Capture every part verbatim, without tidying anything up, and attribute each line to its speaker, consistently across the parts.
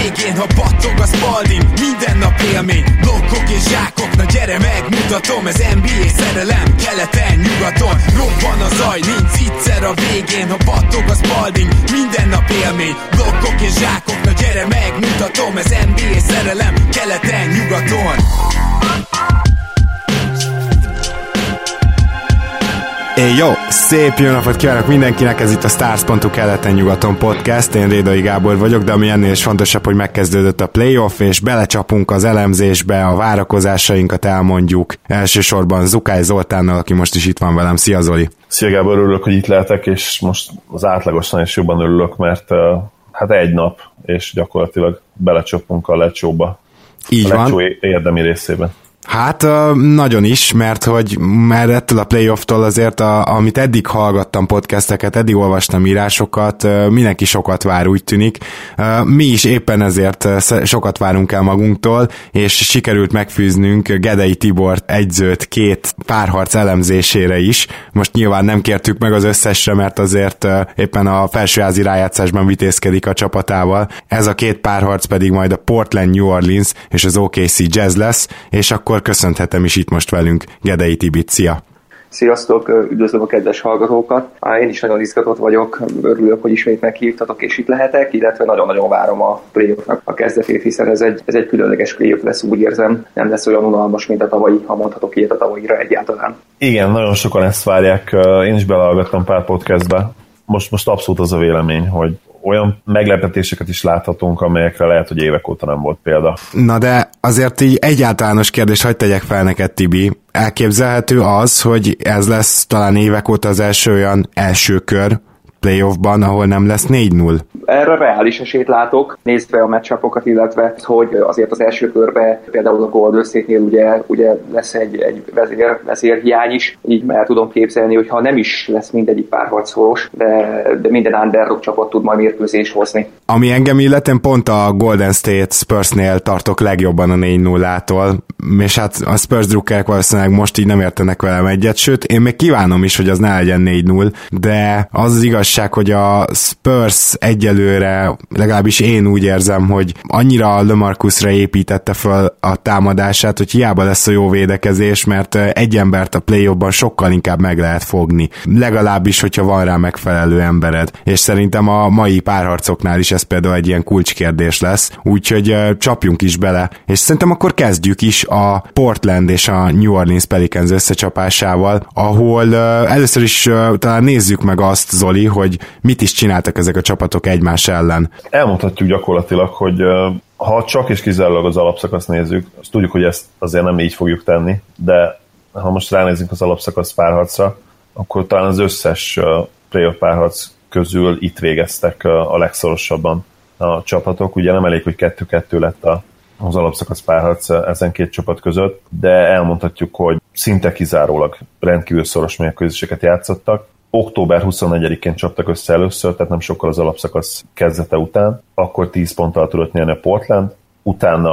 Speaker 1: végén, ha battog a Spalding, minden nap élmény, blokkok és zsákok, na gyere megmutatom, ez en bé á szerelem, keleten, nyugaton, robban a zaj, nincs egyszer a végén, ha battog a Spalding, minden nap élmény, blokkok és zsákok, na gyere megmutatom, ez en bé á szerelem, keleten, nyugaton.
Speaker 2: Hey, jó, szép jó napot kívánok mindenkinek, ez itt a Stars pont hu keleten-nyugaton podcast, én Rédai Gábor vagyok, de ami ennél is fontosabb, hogy megkezdődött a playoff, és belecsapunk az elemzésbe, a várakozásainkat elmondjuk, elsősorban Zukály Zoltánnal, aki most is itt van velem. Szia Zoli!
Speaker 3: Szia Gábor, örülök, hogy itt lehetek, és most az átlagosnál is jobban örülök, mert uh, hát egy nap, és gyakorlatilag belecsapunk a lecsóba.
Speaker 2: Így
Speaker 3: a
Speaker 2: van.
Speaker 3: lecsó érdemi részében.
Speaker 2: Hát nagyon is, mert hogy mert ettől a playofftól azért, a, amit eddig hallgattam podcasteket, eddig olvastam írásokat, mindenki sokat vár, úgy tűnik. Mi is éppen ezért sokat várunk el magunktól, és sikerült megfűznünk Gedei Tibort egyzőt két párharc elemzésére is. Most nyilván nem kértük meg az összesre, mert azért éppen a felsőházi rájátszásban vitézkedik a csapatával. Ez a két párharc pedig majd a Portland New Orleans és az o ká cé Jazz lesz, és akkor köszönhetem is itt most velünk Gedei Tibit. Szia!
Speaker 4: Sziasztok, üdvözlöm a kedves hallgatókat. Én is nagyon izgatott vagyok, örülök, hogy ismét meghívtatok és itt lehetek, illetve nagyon-nagyon várom a playoffnak a kezdetét, hiszen ez egy, ez egy különleges playoff lesz, úgy érzem. Nem lesz olyan unalmas, mint a tavalyi, ha mondhatok ilyet a tavalyira egyáltalán.
Speaker 3: Igen, nagyon sokan ezt várják. Én is belehallgattam pár podcastbe. Most, most abszolút az a vélemény, hogy olyan meglepetéseket is láthatunk, amelyekre lehet, hogy évek óta nem volt példa.
Speaker 2: Na de azért így egy általános kérdés, hadd tegyek fel neked, Tibi. Elképzelhető az, hogy ez lesz talán évek óta az első olyan első kör playoffban, ahol nem lesz négy null?
Speaker 4: Erre reális esélyt látok, nézve a meccsapokat, illetve hogy azért az első körben például a Golden State-nél ugye, ugye lesz egy, egy vezér, vezérhiány is, így már tudom képzelni, hogy ha nem is lesz mindegyik párharcszoros, de, de minden underdog csapat tud majd mérkőzést hozni.
Speaker 2: Ami engem illetem, pont a Golden State Spursnél tartok legjobban a négy nullától, és hát a Spurs drukkerek valószínűleg most így nem értenek velem egyet, sőt, én még kívánom is, hogy az ne legyen négy null, de az az igazság, hogy a Spurs egyelőre, legalábbis én úgy érzem, hogy annyira LeMarcusra építette fel a támadását, hogy hiába lesz a jó védekezés, mert egy embert a play-offban sokkal inkább meg lehet fogni. Legalábbis, hogyha van rá megfelelő embered. És szerintem a mai párharcoknál is ez például egy ilyen kulcskérdés lesz. Úgyhogy csapjunk is bele. És szerintem akkor kezdjük is a Portland és a New Orleans Pelicans összecsapásával, ahol először is talán nézzük meg azt, Zoli, hogy mit is csináltak ezek a csapatok egymás ellen.
Speaker 3: Elmondhatjuk gyakorlatilag, hogy ha csak és kizárólag az alapszakaszt nézzük, azt tudjuk, hogy ezt azért nem így fogjuk tenni, de ha most ránézzünk az alapszakasz párharcra, akkor talán az összes playoff párharc közül itt végeztek a legszorosabban a csapatok. Ugye nem elég, hogy kettő-kettő lett az alapszakasz párharc ezen két csapat között, de elmondhatjuk, hogy szinte kizárólag rendkívül szoros mérkőzéseket játszottak. október huszonnegyedikén csaptak össze először, tehát nem sokkal az alapszakasz kezdete után, akkor tíz ponttal tudott nyerni a Portland, utána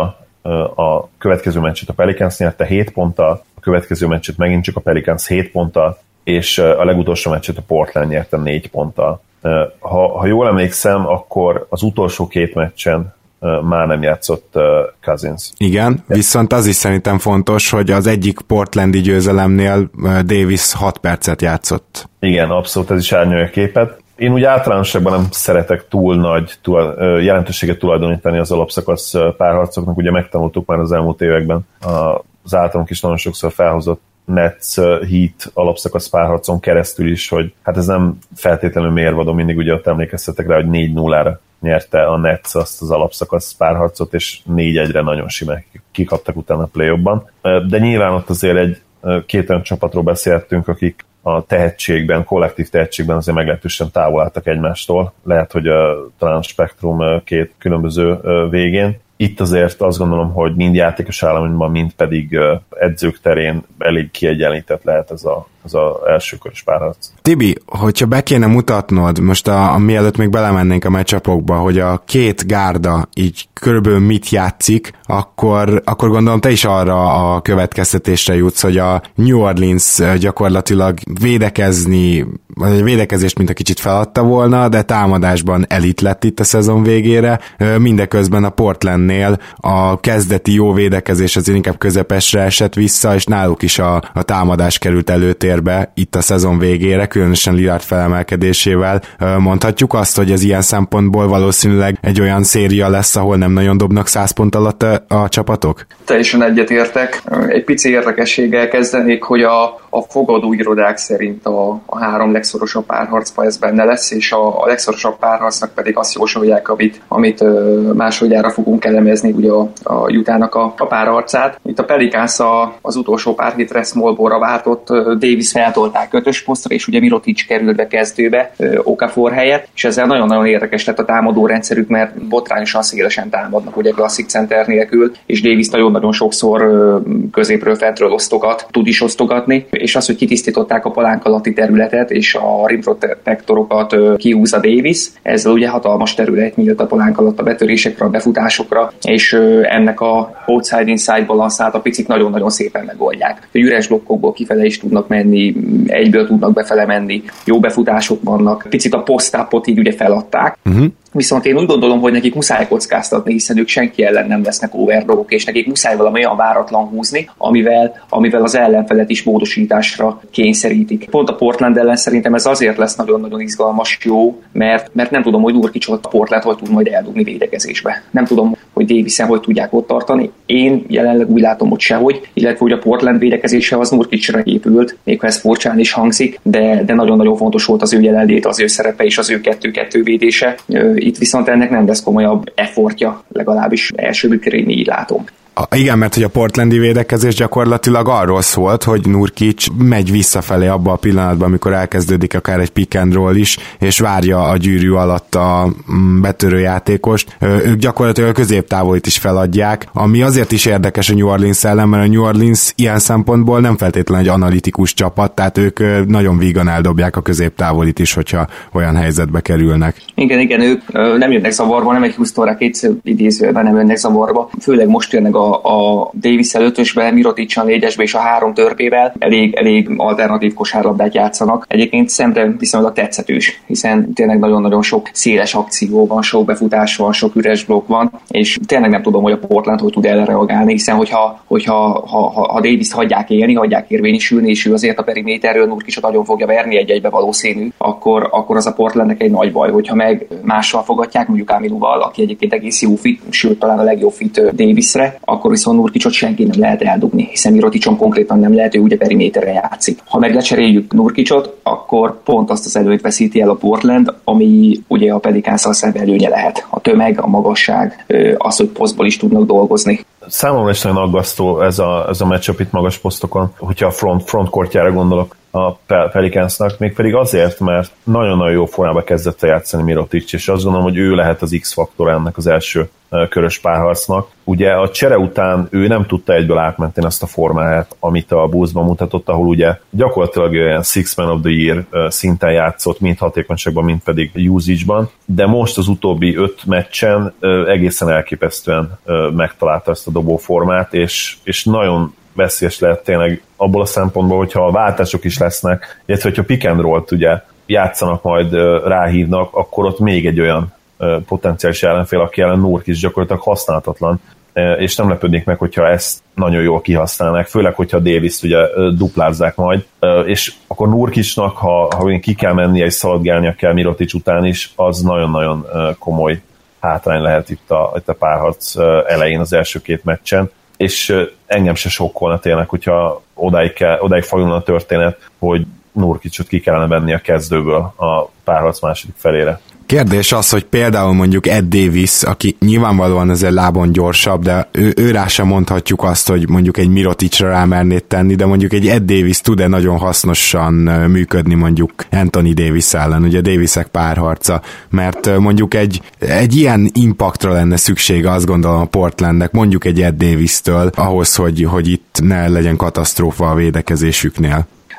Speaker 3: a következő meccset a Pelicans nyerte hét ponttal, a következő meccset megint csak a Pelicans hét ponttal, és a legutolsó meccset a Portland nyerte négy ponttal. Ha, ha jól emlékszem, akkor az utolsó két meccsen már nem játszott Cousins.
Speaker 2: Igen, viszont az is szerintem fontos, hogy az egyik portlandi győzelemnél Davis hat percet játszott.
Speaker 3: Igen, abszolút, ez is árnyalja a képet. Én úgy általánosságban nem szeretek túl nagy túl, jelentőséget tulajdonítani az alapszakasz párharcoknak, ugye megtanultuk már az elmúlt években az általunk is nagyon sokszor felhozott Nets Heat alapszakasz párharcon keresztül is, hogy hát ez nem feltétlenül mérvadó, mindig ugye ott emlékeztetek rá, hogy négy nullára nyerte a Nets azt az alapszakasz párharcot, és négy egyre nagyon simán kikaptak utána a play-offban. De nyilván ott azért egy két olyan csapatról beszéltünk, akik a tehetségben, kollektív tehetségben azért meglehetősen távol álltak egymástól. Lehet, hogy a, talán a spektrum két különböző végén. Itt azért azt gondolom, hogy mind játékos állományban, mind pedig edzők terén elég kiegyenlített lehet ez, a, az az elsőkörös párharc.
Speaker 2: Tibi, hogyha be kéne mutatnod, most a, a mielőtt még belemennénk a matchupokba, hogy a két gárda így körülbelül mit játszik, akkor, akkor gondolom te is arra a következtetésre jutsz, hogy a New Orleans gyakorlatilag védekezni, vagy a védekezést mint a kicsit feladta volna, de támadásban elit lett itt a szezon végére. Mindeközben a Portlandnél a kezdeti jó védekezés azért inkább közepesre esett vissza, és náluk is a, a támadás került előtérbe itt a szezon végére, különösen Lillard felemelkedésével. Mondhatjuk azt, hogy ez ilyen szempontból valószínűleg egy olyan széria lesz, ahol nem nagyon dobnak száz pont alatt a, a csapatok?
Speaker 4: Teljesen egyetértek. Egy pici érdekességgel kezdenék, hogy a, a fogadóirodák szerint a, a három legszorosabb párharcban ez benne lesz, és a, a legszorosabb párharcnak pedig azt jósolják, amit, amit másodjára fogunk elemezni, ugye a, a Utahnak a, a párharcát. Itt a Pelicans a, az utolsó pár hétre small ballra váltott, Davis feltolták ötös posztra, és ugye Mirotic került be kezdőbe Okafor helyett, és ezzel nagyon-nagyon érdekes lett a támadó rendszerük, mert botrányosan szélesen támadnak, ugye klasszik center nélkül, és Davis nagyon-nagyon sokszor középről fentről osztogat, tud is osztogatni, és az, hogy kitisztították a palánk alatti területet, és a rim protektorokat kihúzza Davis, ezzel ugye hatalmas terület nyílt a palánk alatt a betörésekre, a befutásokra, és ennek a outside-inside balanszát a picik nagyon-nagyon szépen megoldják. A üres blokkokból kifele is tudnak menni, egyből tudnak befele menni, jó befutások vannak, picit a post-upot így ugye feladták, uh-huh. Viszont én úgy gondolom, hogy nekik muszáj kockáztatni, hiszen ők senki ellen nem lesznek overdogok, és nekik muszáj valami olyan váratlan húzni, amivel, amivel az ellenfelet is módosításra kényszerítik. Pont a Portland ellen szerintem ez azért lesz nagyon-nagyon izgalmas, jó, mert, mert nem tudom, hogy Nurkicsot a Portland hogy tud majd eldugni védekezésbe. Nem tudom, hogy Davisen hogy tudják ott tartani. Én jelenleg úgy látom, hogy sehogy, illetve hogy a Portland védekezése az Nurkicsra épült, még ha ez furcsán is hangzik, de, de nagyon-nagyon fontos volt az ő jelenlét, az ő szerepe és az ő kettő-kettő védése. Itt viszont ennek nem lesz komolyabb effortja, legalábbis első bükörén így látom.
Speaker 2: A, igen, mert hogy a portlandi védekezés gyakorlatilag arról szólt, hogy Nurkic megy visszafelé abba a pillanatban, amikor elkezdődik akár egy pick and roll is, és várja a gyűrű alatt a betörő játékost. Ők gyakorlatilag a középtávolit is feladják, ami azért is érdekes a New Orleans ellen, mert a New Orleans ilyen szempontból nem feltétlenül egy analitikus csapat, tehát ők nagyon vígan eldobják a középtávolit is, hogyha olyan helyzetbe kerülnek.
Speaker 4: Igen, igen, ők nem jönnek zavarba, nem egy Houston Rockets idézőben nem jönnek zavarba, főleg most jönnek a a Davis-el ötösbe, Mirotic-an négyesbe és a három törpével elég, elég alternatív kosárlabdát játszanak. Egyébként szemre viszonylag tetszetős, hiszen tényleg nagyon-nagyon sok széles akció van, sok befutás van, sok üres blokk van, és tényleg nem tudom, hogy a Portland hogy tud erre reagálni, hiszen hogyha, hogyha ha, ha, ha Davis-t hagyják élni, hagyják érvényesülni, és ő azért a periméterről Nurkicot nagyon fogja verni egy-egybe valószínű, akkor, akkor az a Portlandnek egy nagy baj, hogyha meg mással fogadják, mondjuk Aminuval, aki egyébként egész jó fit, sőt talán a legjobb fit Davisre, akkor viszont Nurkicsot senki nem lehet eldugni, hiszen Miroticson konkrétan nem lehet, ő ugye periméterre játszik. Ha meg lecseréljük Nurkicsot, akkor pont azt az előnyt veszíti el a Portland, ami ugye a Pelicans-szal szemben előnye lehet. A tömeg, a magasság, az, hogy posztból is tudnak dolgozni.
Speaker 3: Számomra is nagyon aggasztó ez a, ez a matchup itt magas posztokon, hogyha a front, frontcourtjára gondolok a Pelicansnak, mégpedig azért, mert nagyon-nagyon jó formában kezdett játszani Mirotic, és azt gondolom, hogy ő lehet az X-faktor ennek az első körös párharcnak. Ugye a csere után ő nem tudta egyből átmenteni azt a formáját, amit a Bullsban mutatott, ahol ugye gyakorlatilag olyan Six Man of the Year szinten játszott, mind hatékonyságban, mind pedig usage-ban, de most az utóbbi öt meccsen egészen elképesztően megtalálta ezt a dobóformát, és, és nagyon veszélyes lehet tényleg abból a szempontból, hogyha a váltások is lesznek, illetve hogyha pick and roll-t ugye játszanak, majd ráhívnak, akkor ott még egy olyan potenciális ellenfél, aki ellen Nurkic gyakorlatilag használhatatlan, és nem lepődnék meg, hogyha ezt nagyon jól kihasználnák, főleg, hogyha Davis-t ugye duplázzák majd, és akkor Nurkicnak, ha, ha ki kell mennie és szaladgálnia kell Mirotic után is, az nagyon-nagyon komoly hátrány lehet itt a, itt a párharc elején az első két meccsen, és engem se sokkolna tényleg, hogyha odáig, kell, odáig fajulna a történet, hogy Nurkicot ki kellene venni a kezdőből a párharc második felére.
Speaker 2: Kérdés az, hogy például mondjuk Ed Davis, aki nyilvánvalóan azért lábon gyorsabb, de ő, ő rá sem mondhatjuk azt, hogy mondjuk egy Miroticra rámernéd tenni, de mondjuk egy Ed Davis tud-e nagyon hasznosan működni mondjuk Anthony Davis ellen, ugye Davisek párharca, mert mondjuk egy, egy ilyen impactra lenne szüksége, azt gondolom a Portlandnek, mondjuk egy Ed Davis-től, ahhoz, hogy, hogy itt ne legyen katasztrófa a védekezésüknél.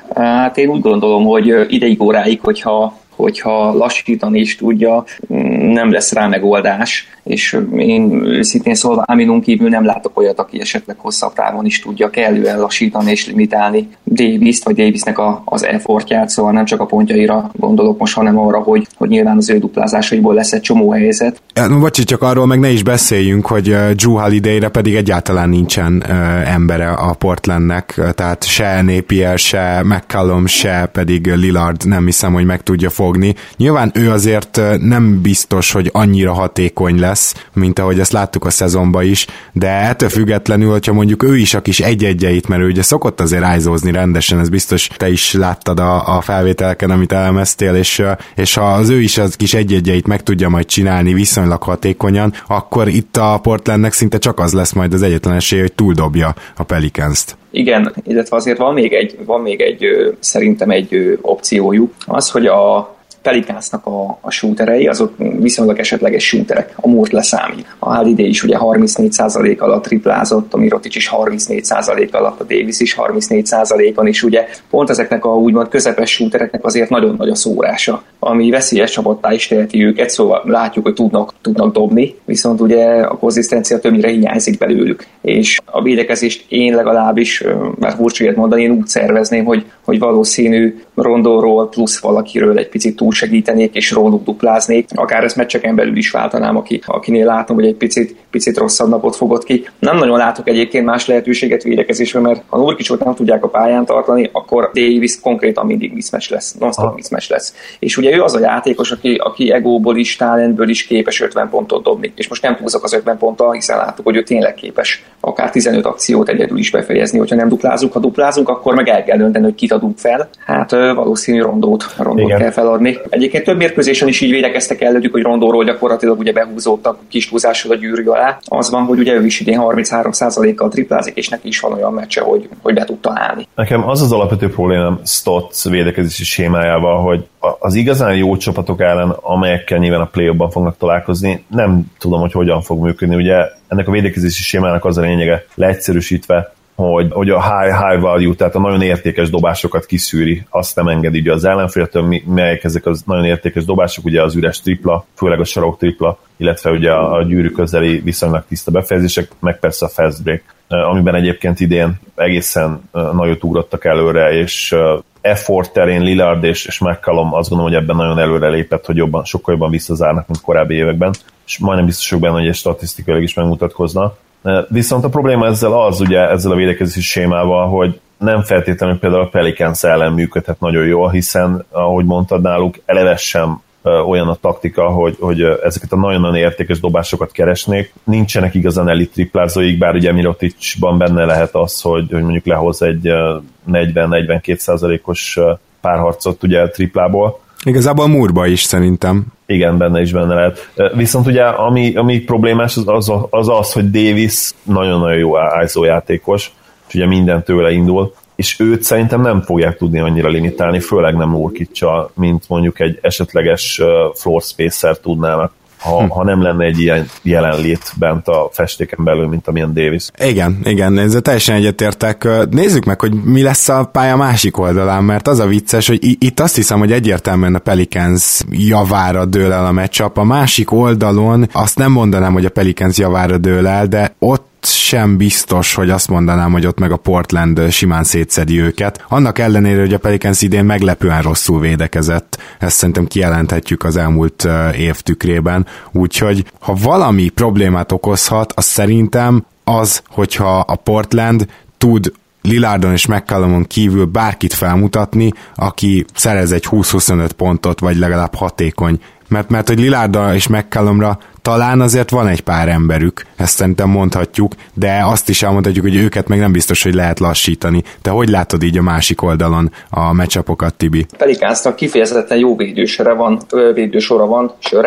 Speaker 4: Hát én úgy gondolom, hogy ideig óráig, hogyha hogyha lassítani is tudja, nem lesz rá megoldás, és én őszintén szólva Aminon kívül nem látok olyat, aki esetleg hosszabb távon is tudja kellően lassítani és limitálni Davis-t, vagy Davisnek a, az effortját, szóval nem csak a pontjaira gondolok most, hanem arra, hogy, hogy nyilván az ő duplázásaiból lesz egy csomó helyzet.
Speaker 2: Ja, bocsi, csak arról meg ne is beszéljünk, hogy Drew Holiday-re pedig egyáltalán nincsen uh, embere a Portlandnek, tehát se Napier, se McCallum, se pedig Lillard nem hiszem, hogy meg tudja fogni. Nyilván ő azért nem biztos, hogy annyira hatékony lesz, mint ahogy ezt láttuk a szezonban is, de ettől függetlenül, hogyha mondjuk ő is a kis egy-egyeit, mert ő ugye szokott azért ájzózni rendesen, ez biztos te is láttad a, a felvételeken, amit elemeztél, és, és ha az ő is az kis egy-egyeit meg tudja majd csinálni viszonylag hatékonyan, akkor itt a Portlandnek szinte csak az lesz majd az egyetlen esély, hogy túldobja a Pelicans-t.
Speaker 4: Igen, illetve azért van még egy, van még egy szerintem egy opciójuk, az, hogy a Pelicansnak a, a shooterei, azok viszonylag esetleges shooterek, a Moore-t leszámít. A Holiday is ugye harmincnégy százalék alatt triplázott, a Mirotic is harmincnégy százalék alatt, a Davis is harmincnégy százalékon, és ugye pont ezeknek a úgymond közepes shootereknek azért nagyon nagy a szórása, ami veszélyes csapattá is teheti őket, szóval látjuk, hogy tudnak, tudnak dobni, viszont ugye a konzisztencia többnyire hiányzik belőlük. És a védekezést én legalábbis, mert furcsa ilyet mondani, én úgy szervezném, hogy, hogy valószínű Rondóról plusz valakiről egy picit túl segítenék, és róluk dupláznék. Akár ezt meccseken belül is váltanám, aki, akinél látom, hogy egy picit, picit rosszabb napot fogott ki. Nem nagyon látok egyébként más lehetőséget védekezésre, mert ha Nurkicsot nem tudják a pályán tartani, akkor Davis konkrétan mindig mismatch lesz, non-stop mismatch lesz. És ugye ő az a játékos, aki, aki egóból is, talentből is képes ötven pontot dobni. És most nem túlzok az ötven ponttal, hiszen láttuk, hogy ő tényleg képes akár tizenöt akciót egyedül is befejezni, hogyha nem duplázunk. Ha duplázunk, akkor meg el kell dönteni, hogy kit adunk fel. Hát valószínű Rondót, Rondót kell feladni. Egyébként több mérkőzésen is így védekeztek előttük, hogy Rondóról gyakorlatilag ugye behúzódtak kis túlzással a gyűrű alá. Az van, hogy ugye ő is idén harminchárom százalékkal triplázik, és neki is van olyan meccse, hogy, hogy be tud találni.
Speaker 3: Nekem az az alapvető problémám Stotts védekezési sémájával, hogy az igazán jó csapatok ellen, amelyekkel nyilván a play-offban fognak találkozni, nem tudom, hogy hogyan fog működni. Ugye ennek a védekezési sémának az a lényege, leegyszerűsítve, hogy, hogy a high, high value, tehát a nagyon értékes dobásokat kiszűri, azt nem engedi ugye az ellenféltől, melyek ezek az nagyon értékes dobások, ugye az üres tripla, főleg a sarok tripla, illetve ugye a, a gyűrű közeli viszonylag tiszta befejezések, meg persze a fast break, amiben egyébként idén egészen nagyot ugrottak előre, és effort terén Lillard és, és McCallum azt gondolom, hogy ebben nagyon előre lépett, hogy jobban, sokkal jobban visszazárnak, mint korábbi években, és majdnem biztosok benne, hogy egy statisztikailag is megmutatkozna. Viszont a probléma ezzel az, ugye ezzel a védekezési sémával, hogy nem feltétlenül például a Pelicans ellen működhet nagyon jól, hiszen, ahogy mondtad, náluk eleve sem olyan a taktika, hogy, hogy ezeket a nagyon-nagyon értékes dobásokat keresnék. Nincsenek igazán elit triplázóik, bár ugye Miroticban benne lehet az, hogy, hogy mondjuk lehoz egy negyven-negyvenkét százalékos párharcot ugye triplából.
Speaker 2: Igazából a Moore-ba is szerintem.
Speaker 3: Igen, benne is benne lehet. Viszont ugye ami, ami problémás az az, az az, hogy Davis nagyon-nagyon jó i es o játékos, és ugye minden tőle indul, és őt szerintem nem fogják tudni annyira limitálni, főleg nem Nurkic-sal, mint mondjuk egy esetleges floor spacer tudnának, ha, hm. ha nem lenne egy ilyen jelenlét bent a festéken belül, mint amilyen Davis.
Speaker 2: Igen, igen, ezzel teljesen egyetértek. Nézzük meg, hogy mi lesz a pálya másik oldalán, mert az a vicces, hogy itt azt hiszem, hogy egyértelműen a Pelicans javára dől el a matchup. A másik oldalon azt nem mondanám, hogy a Pelicans javára dől el, de ott sem biztos, hogy azt mondanám, hogy ott meg a Portland simán szétszedi őket. Annak ellenére, hogy a Pelicans idén meglepően rosszul védekezett, ezt szerintem kijelenthetjük az elmúlt év tükrében. Úgyhogy, ha valami problémát okozhat, az szerintem az, hogyha a Portland tud Lillardon és McCallumon kívül bárkit felmutatni, aki szerez egy húsz-huszonöt pontot, vagy legalább hatékony. Mert, mert hogy Lillardra és McCallumra talán azért van egy pár emberük, ezt szerintem mondhatjuk, de azt is elmondhatjuk, hogy őket meg nem biztos, hogy lehet lassítani. Te hogy látod így a másik oldalon a matchupokat, Tibi?
Speaker 4: Pelicansnak kifejezetten jó védősora van, védősora van, söre,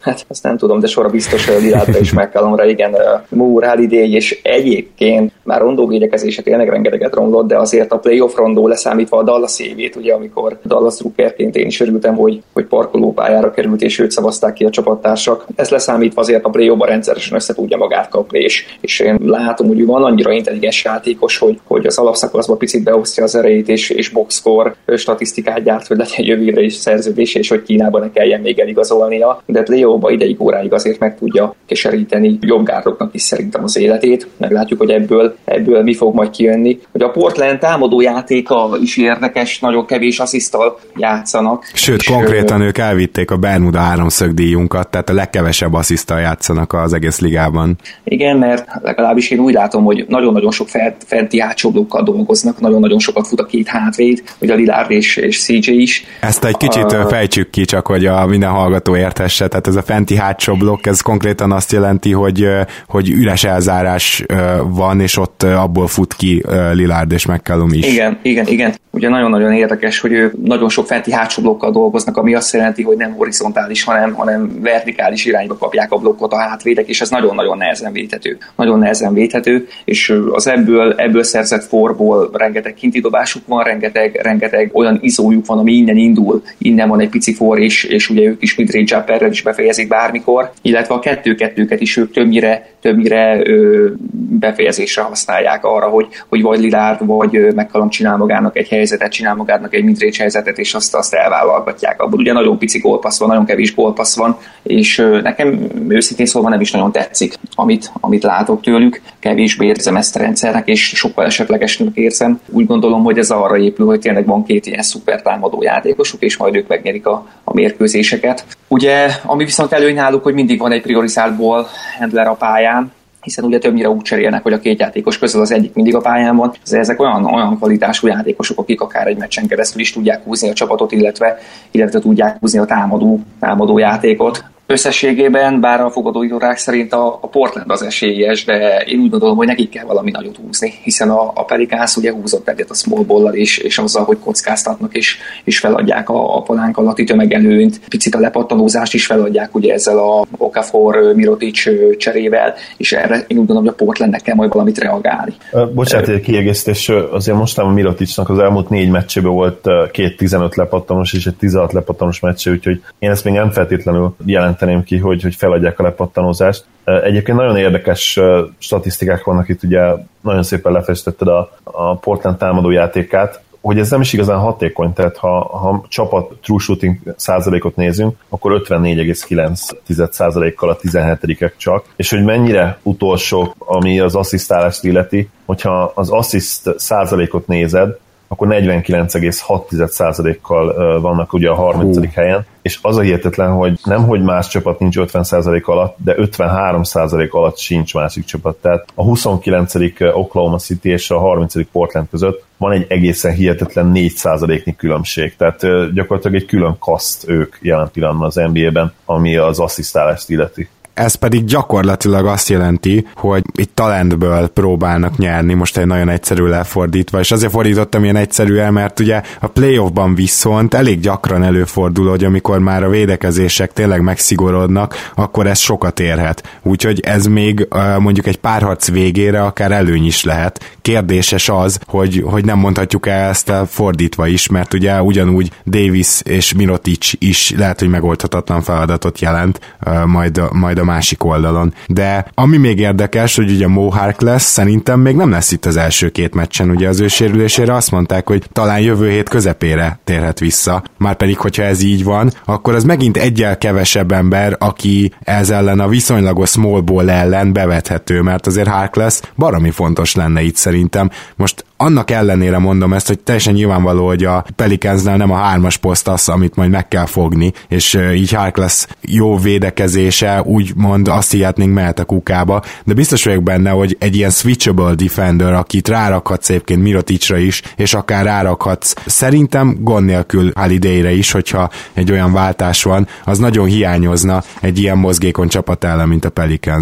Speaker 4: Hát azt nem tudom, de sorra biztos Lillardra és McCallumra, igen, Moore, Holiday, és egyébként már Rondó védekezése tényleg rengeteget romlott, de azért a playoff Rondó leszámítva a Dallas évét, ugye, amikor Dallas drukkerként én is örültem, hogy, hogy parkolópályára került, és őt szavazták ki a csapattársak. Ezt leszámítva azért a playoffban rendszeresen össze tudja magát kapni, és, és én látom, hogy van annyira intelligens játékos, hogy, hogy az alapszakaszban picit beosztja az erejét, és, és boxscore statisztikát gyárt, hogy legyen jövő évre is szerződése, és hogy Kínában ne kelljen még eligazolnia, de playoffban ideig óráig azért meg tudja keseríteni jobb gárdoknak is szerintem az életét. Meglátjuk, hogy ebből, ebből mi fog majd kijönni. Hogy a Portland támadó játéka is érdekes, nagyon kevés assziszttal játszanak.
Speaker 2: Sőt, és konkrétan ő... ők elvitték a Bermuda háromszögdíjunkat, tehát a legkevesebb assziszttal játszanak az egész ligában.
Speaker 4: Igen, mert legalábbis én úgy látom, hogy nagyon-nagyon sok fenti átcsoblókkal dolgoznak, nagyon-nagyon sokat fut a két hátvéd, hogy a Lillard és, és cé jé is.
Speaker 2: Ezt egy kicsit uh, fejtsük ki, csak hogy a minden hallgató értesse, tehát ez a fenti hátsó blokk, ez konkrétan azt jelenti, hogy, hogy üres elzárás van, és ott abból fut ki Lillard és McCallum is.
Speaker 4: Igen, igen, igen. Ugye nagyon-nagyon érdekes, hogy ők nagyon sok fenti hátsó blokkal dolgoznak, ami azt jelenti, hogy nem horizontális, hanem, hanem vertikális irányba kapják a blokkot a hátvédek, és ez nagyon-nagyon nehezen védhető. Nagyon nehezen védhető, és az ebből, ebből szerzett forból rengeteg kinti dobásuk van, rengeteg, rengeteg olyan izójuk van, ami innen indul, innen van egy pici for, és, és ugye ők is midrange jumperrel is befejezik bármikor, illetve a kettő-kettőket is ők többnyire, többnyire ö, befejezésre használják arra, hogy, hogy vagy Lillard, vagy McCallum csinál magának egy helyzetet, csinál magának egy midrange helyzetet, és azt, azt elvállalgatják. Abból ugye nagyon pici gólpassz van, nagyon kevés gólpassz van, és ö, nekem őszintén szólva nem is nagyon tetszik, amit, amit látok tőlük. Kevésbé érzem ezt a rendszernek, és sokkal esetlegesnek érzem. Úgy gondolom, hogy ez arra épül, hogy tényleg van két ilyen szuper támadó játékosuk, és majd ők megnyerik a, a mérkőzéseket. Ugye, ami viszont előny náluk, hogy mindig van egy priorizált ball handler a pályán, hiszen ugye többnyire úgy cserélnek, hogy a két játékos közül az egyik mindig a pályán van. Ezek olyan, olyan kvalitású játékosok, akik akár egy meccsen keresztül is tudják húzni a csapatot, illetve, illetve tudják húzni a támadó, támadó játékot. Összességében, bár a fogadóidórák szerint a, a Portland az esélyes, de én úgy gondolom, hogy nekik kell valami nagyot húzni, hiszen a, a Pelicans ugye húzott egyet a small ball-lal és, és azzal, hogy kockáztatnak és, és feladják a, a palánk alatti tömegelőnyt, picit a lepattanózást is feladják ugye ezzel a Okafor Mirotic cserével, és erre én úgy gondolom, hogy a Portlandnek kell majd valamit reagálni.
Speaker 3: Bocsánat, egy kiegészítés, azért mostában a Miroticnak az elmúlt négy meccsében volt két tizenöt lepattanós és egy tizenhat lepattanós meccse, úgyhogy én ezt még nem feltétlenül jelenteném ki, hogy, hogy feladják a lepattanózást. Egyébként nagyon érdekes statisztikák vannak itt, ugye nagyon szépen lefestetted a, a Portland támadó játékát, hogy ez nem is igazán hatékony, tehát ha, ha csapat true shooting százalékot nézünk, akkor ötvennégy egész kilenc százalékkal a tizenhetedikek csak, és hogy mennyire utolsó, ami az asszisztálást illeti, hogyha az assziszt százalékot nézed, akkor negyvenkilenc egész hat százalékkal vannak ugye a harmincadik helyen, és az a hihetetlen, hogy nem, hogy más csapat nincs ötven százalék alatt, de ötvenhárom százalék alatt sincs másik csapat. Tehát a huszonkilencedik Oklahoma City és a harmincadik Portland között van egy egészen hihetetlen négy százaléknyi különbség. Tehát gyakorlatilag egy külön kaszt ők jelen pillanatban az en bé á-ben, ami az asszisztálást illeti.
Speaker 2: Ez pedig gyakorlatilag azt jelenti, hogy itt talentből próbálnak nyerni, most egy nagyon egyszerű lefordítva, és azért fordítottam ilyen egyszerűen, mert ugye a playoffban viszont elég gyakran előfordul, hogy amikor már a védekezések tényleg megszigorodnak, akkor ez sokat érhet. Úgyhogy ez még mondjuk egy párharc végére akár előny is lehet. Kérdéses az, hogy, hogy nem mondhatjuk el ezt fordítva is, mert ugye ugyanúgy Davis és Mirotic is lehet, hogy megoldhatatlan feladatot jelent majd, majd a másik oldalon. De ami még érdekes, hogy ugye Mo Harkless szerintem még nem lesz itt az első két meccsen, ugye az ő sérülésére azt mondták, hogy talán jövő hét közepére térhet vissza. Márpedig, hogyha ez így van, akkor az megint egyel kevesebb ember, aki ez ellen a viszonylagos small ball ellen bevethető, mert azért Harkless baromi fontos lenne itt szerintem. Most annak ellenére mondom ezt, hogy teljesen nyilvánvaló, hogy a Pelicansnál nem a hármas poszt az, amit majd meg kell fogni, és így Harkless jó védekezése úgymond azt hihetnénk mehet a kukába, de biztos vagyok benne, hogy egy ilyen switchable defender, akit rárakhatsz egyébként Miroticra is, és akár rárakhatsz szerintem gond nélkül Holidayre is, hogyha egy olyan váltás van, az nagyon hiányozna egy ilyen mozgékony csapat ellen, mint a Pelicans.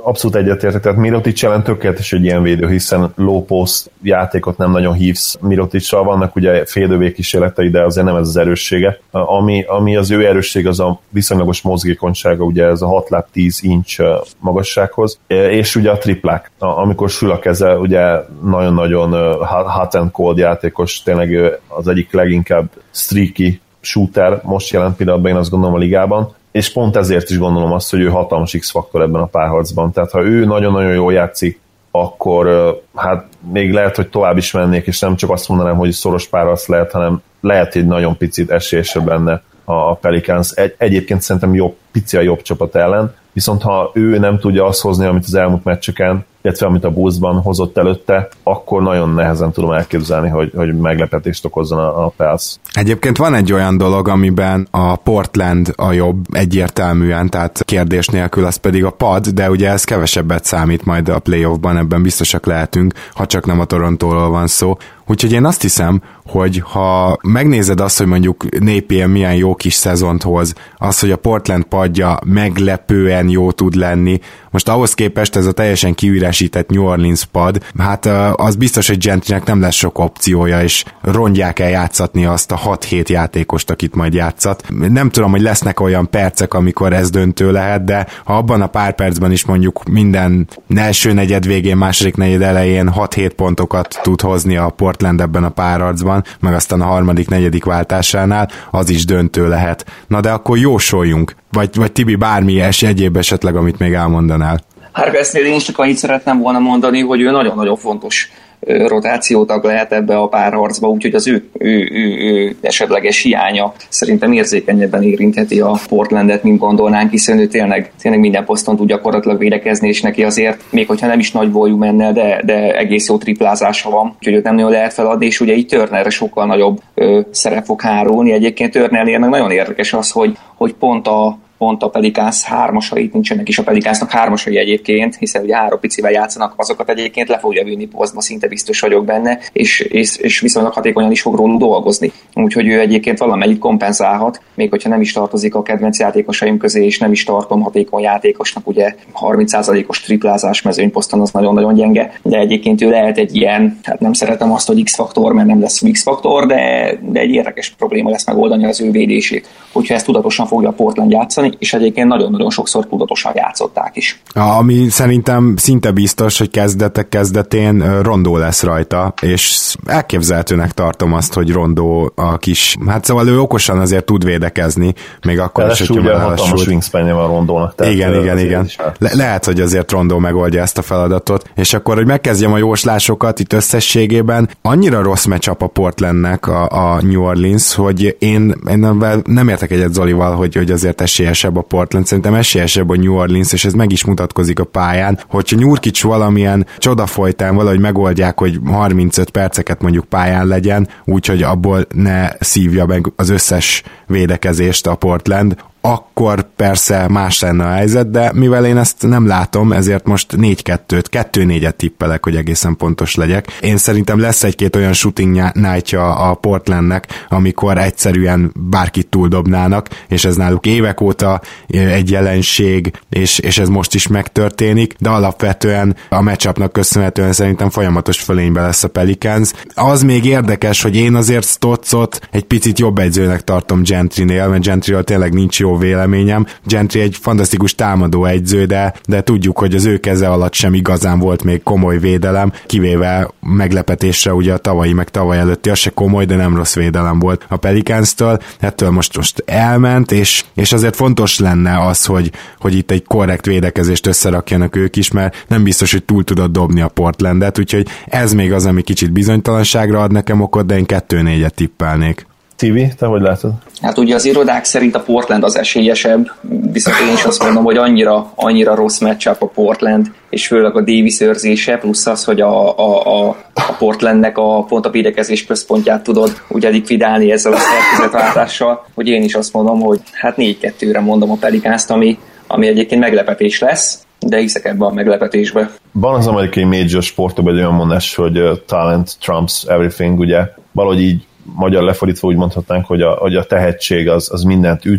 Speaker 3: abszolút egyetértek, tehát Mirotic ellen tökéletes egy ilyen védő, hiszen low post játékot nem nagyon hívsz Miroticsal, vannak ugye félidővé kísérletei, de azért nem ez az erőssége. Ami, ami az ő erősség, az a viszonylagos mozgékonysága, ugye ez a hat láb tíz inch magassághoz, és ugye a triplák, amikor sül a keze, ugye nagyon-nagyon hot and cold játékos, tényleg az egyik leginkább streaky shooter most jelen pillanatban, én azt gondolom a ligában, és pont ezért is gondolom azt, hogy ő hatalmas X-faktor ebben a párharcban. Tehát ha ő nagyon-nagyon jól játszik, akkor hát még lehet, hogy tovább is mennék, és nem csak azt mondanám, hogy szoros párharc lehet, hanem lehet, hogy nagyon picit esélyesebb lenne a Pelicans. Egy, egyébként szerintem jobb, pici a jobb csapat ellen, viszont ha ő nem tudja azt hozni, amit az elmúlt meccseken, illetve amit a Bullsban hozott előtte, akkor nagyon nehezen tudom elképzelni, hogy, hogy meglepetést okozzon a, a Pels.
Speaker 2: Egyébként van egy olyan dolog, amiben a Portland a jobb egyértelműen, tehát kérdés nélkül, az pedig a pad, de ugye ez kevesebbet számít majd a playoffban, ebben biztosak lehetünk, ha csak nem a Torontóról van szó. Úgyhogy én azt hiszem, hogy ha megnézed azt, hogy mondjuk Napier milyen jó kis szezont hoz, az, hogy a Portland padja meglepően jó tud lenni, most ahhoz képest ez a teljesen kiüresített New Orleans pad, hát az biztos, hogy Gentrynek nem lesz sok opciója, és rondják el játszatni azt a hat-hét játékost, akit majd játszat. Nem tudom, hogy lesznek olyan percek, amikor ez döntő lehet, de ha abban a pár percben is mondjuk minden első negyed végén, második negyed elején hat-hét pontokat tud hozni a Portland ebben a párharcban, meg aztán a harmadik, negyedik váltásánál, az is döntő lehet. Na de akkor jósoljunk, vagy, vagy Tibi bármi es egyéb esetleg, amit még elmondanál.
Speaker 4: Harklessnél én is csak annyit szeretném volna mondani, hogy ő nagyon-nagyon fontos rotációtag lehet ebbe a párharcba, úgyhogy az ő, ő, ő, ő esetleges hiánya szerintem érzékenyebben érintheti a Portlandet, mint gondolnánk, hiszen ő tényleg, tényleg minden poszton tud gyakorlatilag védekezni, és neki azért, még hogyha nem is nagy volume-nel, de, de egész jó triplázása van, úgyhogy őt nem nagyon lehet feladni, és ugye így Turnerre sokkal nagyobb ö, szerep fog hárulni. Egyébként Turnernél meg nagyon érdekes az, hogy, hogy pont a pont a Pelicans hármasait, nincsenek is a Pelicansnak hármasai egyébként, hiszen ugye három picivel játszanak, azokat egyébként le fogja vinni posztba, szinte biztos vagyok benne, és, és, és viszonylag hatékonyan is fog róluk dolgozni. Úgyhogy ő egyébként valamennyit kompenzálhat, még hogyha nem is tartozik a kedvenc játékosaim közé, és nem is tartom hatékony játékosnak, ugye harminc százalékos triplázás mezőnyposzton az nagyon-nagyon gyenge, de egyébként ő lehet egy ilyen, hát nem szeretem azt, hogy X-faktor, mert nem lesz X-faktor, de, de egy érdekes probléma lesz megoldani az ő védését, hogyha ezt tudatosan fogja a Portland játszani, és egyébként nagyon-nagyon sokszor tudatosan játszották is.
Speaker 2: Ami szerintem szinte biztos, hogy kezdetek kezdetén Rondó lesz rajta, és elképzelhetőnek tartom azt, hogy Rondó a kis, hát szóval ő okosan azért tud védekezni, még akkor
Speaker 3: de
Speaker 2: is, hogy
Speaker 3: ugye hatalmas wingspanje van Rondónak.
Speaker 2: Igen, igen, igen. Le- lehet, hogy azért Rondó megoldja ezt a feladatot, és akkor, hogy megkezdjem a jóslásokat itt összességében, annyira rossz matchup a Portlandnek a, a New Orleans, hogy én, én nem, nem értek egyet Zolival, hogy, hogy azért esélyes a Portland, szerintem esélyesebb a New Orleans, és ez meg is mutatkozik a pályán, hogyha Nurkic valamilyen csoda folytán valahogy megoldják, hogy harmincöt perceket mondjuk pályán legyen, úgyhogy abból ne szívja meg az összes védekezést a Portland, akkor persze más lenne a helyzet, de mivel én ezt nem látom, ezért most négy kettőt, kettő négyet tippelek, hogy egészen pontos legyek. Én szerintem lesz egy-két olyan shooting night-ja a Portlandnek, amikor egyszerűen bárkit túldobnának, és ez náluk évek óta egy jelenség, és, és ez most is megtörténik, de alapvetően a matchupnak köszönhetően szerintem folyamatos fölénybe lesz a Pelicans. Az még érdekes, hogy én azért Stotzot egy picit jobb egyzőnek tartom Gentrynél, mert Gentryről tényleg nincs jó véleményem. Gentry egy fantasztikus támadó egyző, de, de tudjuk, hogy az ő keze alatt sem igazán volt még komoly védelem, kivéve meglepetésre ugye a tavalyi meg tavaly előtti, az se komoly, de nem rossz védelem volt a Pelicans-től. Ettől most, most elment, és, és azért fontos lenne az, hogy, hogy itt egy korrekt védekezést összerakjanak ők is, mert nem biztos, hogy túl tudod dobni a Portlandet, úgyhogy ez még az, ami kicsit bizonytalanságra ad nekem okot, de én kettő négyet tippelnék.
Speaker 3: Tibi, te hogy látod?
Speaker 4: Hát ugye az irodák szerint a Portland az esélyesebb, viszont én is azt mondom, hogy annyira, annyira rossz matchup a Portland, és főleg a Davis őrzése, plusz az, hogy a, a, a, a Portlandnek a pont a védekezés központját tudod ugye likvidálni ezzel a szerkezetváltással, hogy én is azt mondom, hogy hát négy kettőre mondom a Pelicans-t, ami, ami egyébként meglepetés lesz, de hiszek ebben a meglepetésbe.
Speaker 3: Van az amerikai major sportban egy olyan mondás, hogy uh, talent trumps everything, ugye valahogy így magyar lefordítva úgy mondhatnánk, hogy a, hogy a tehetség az, az mindent üt,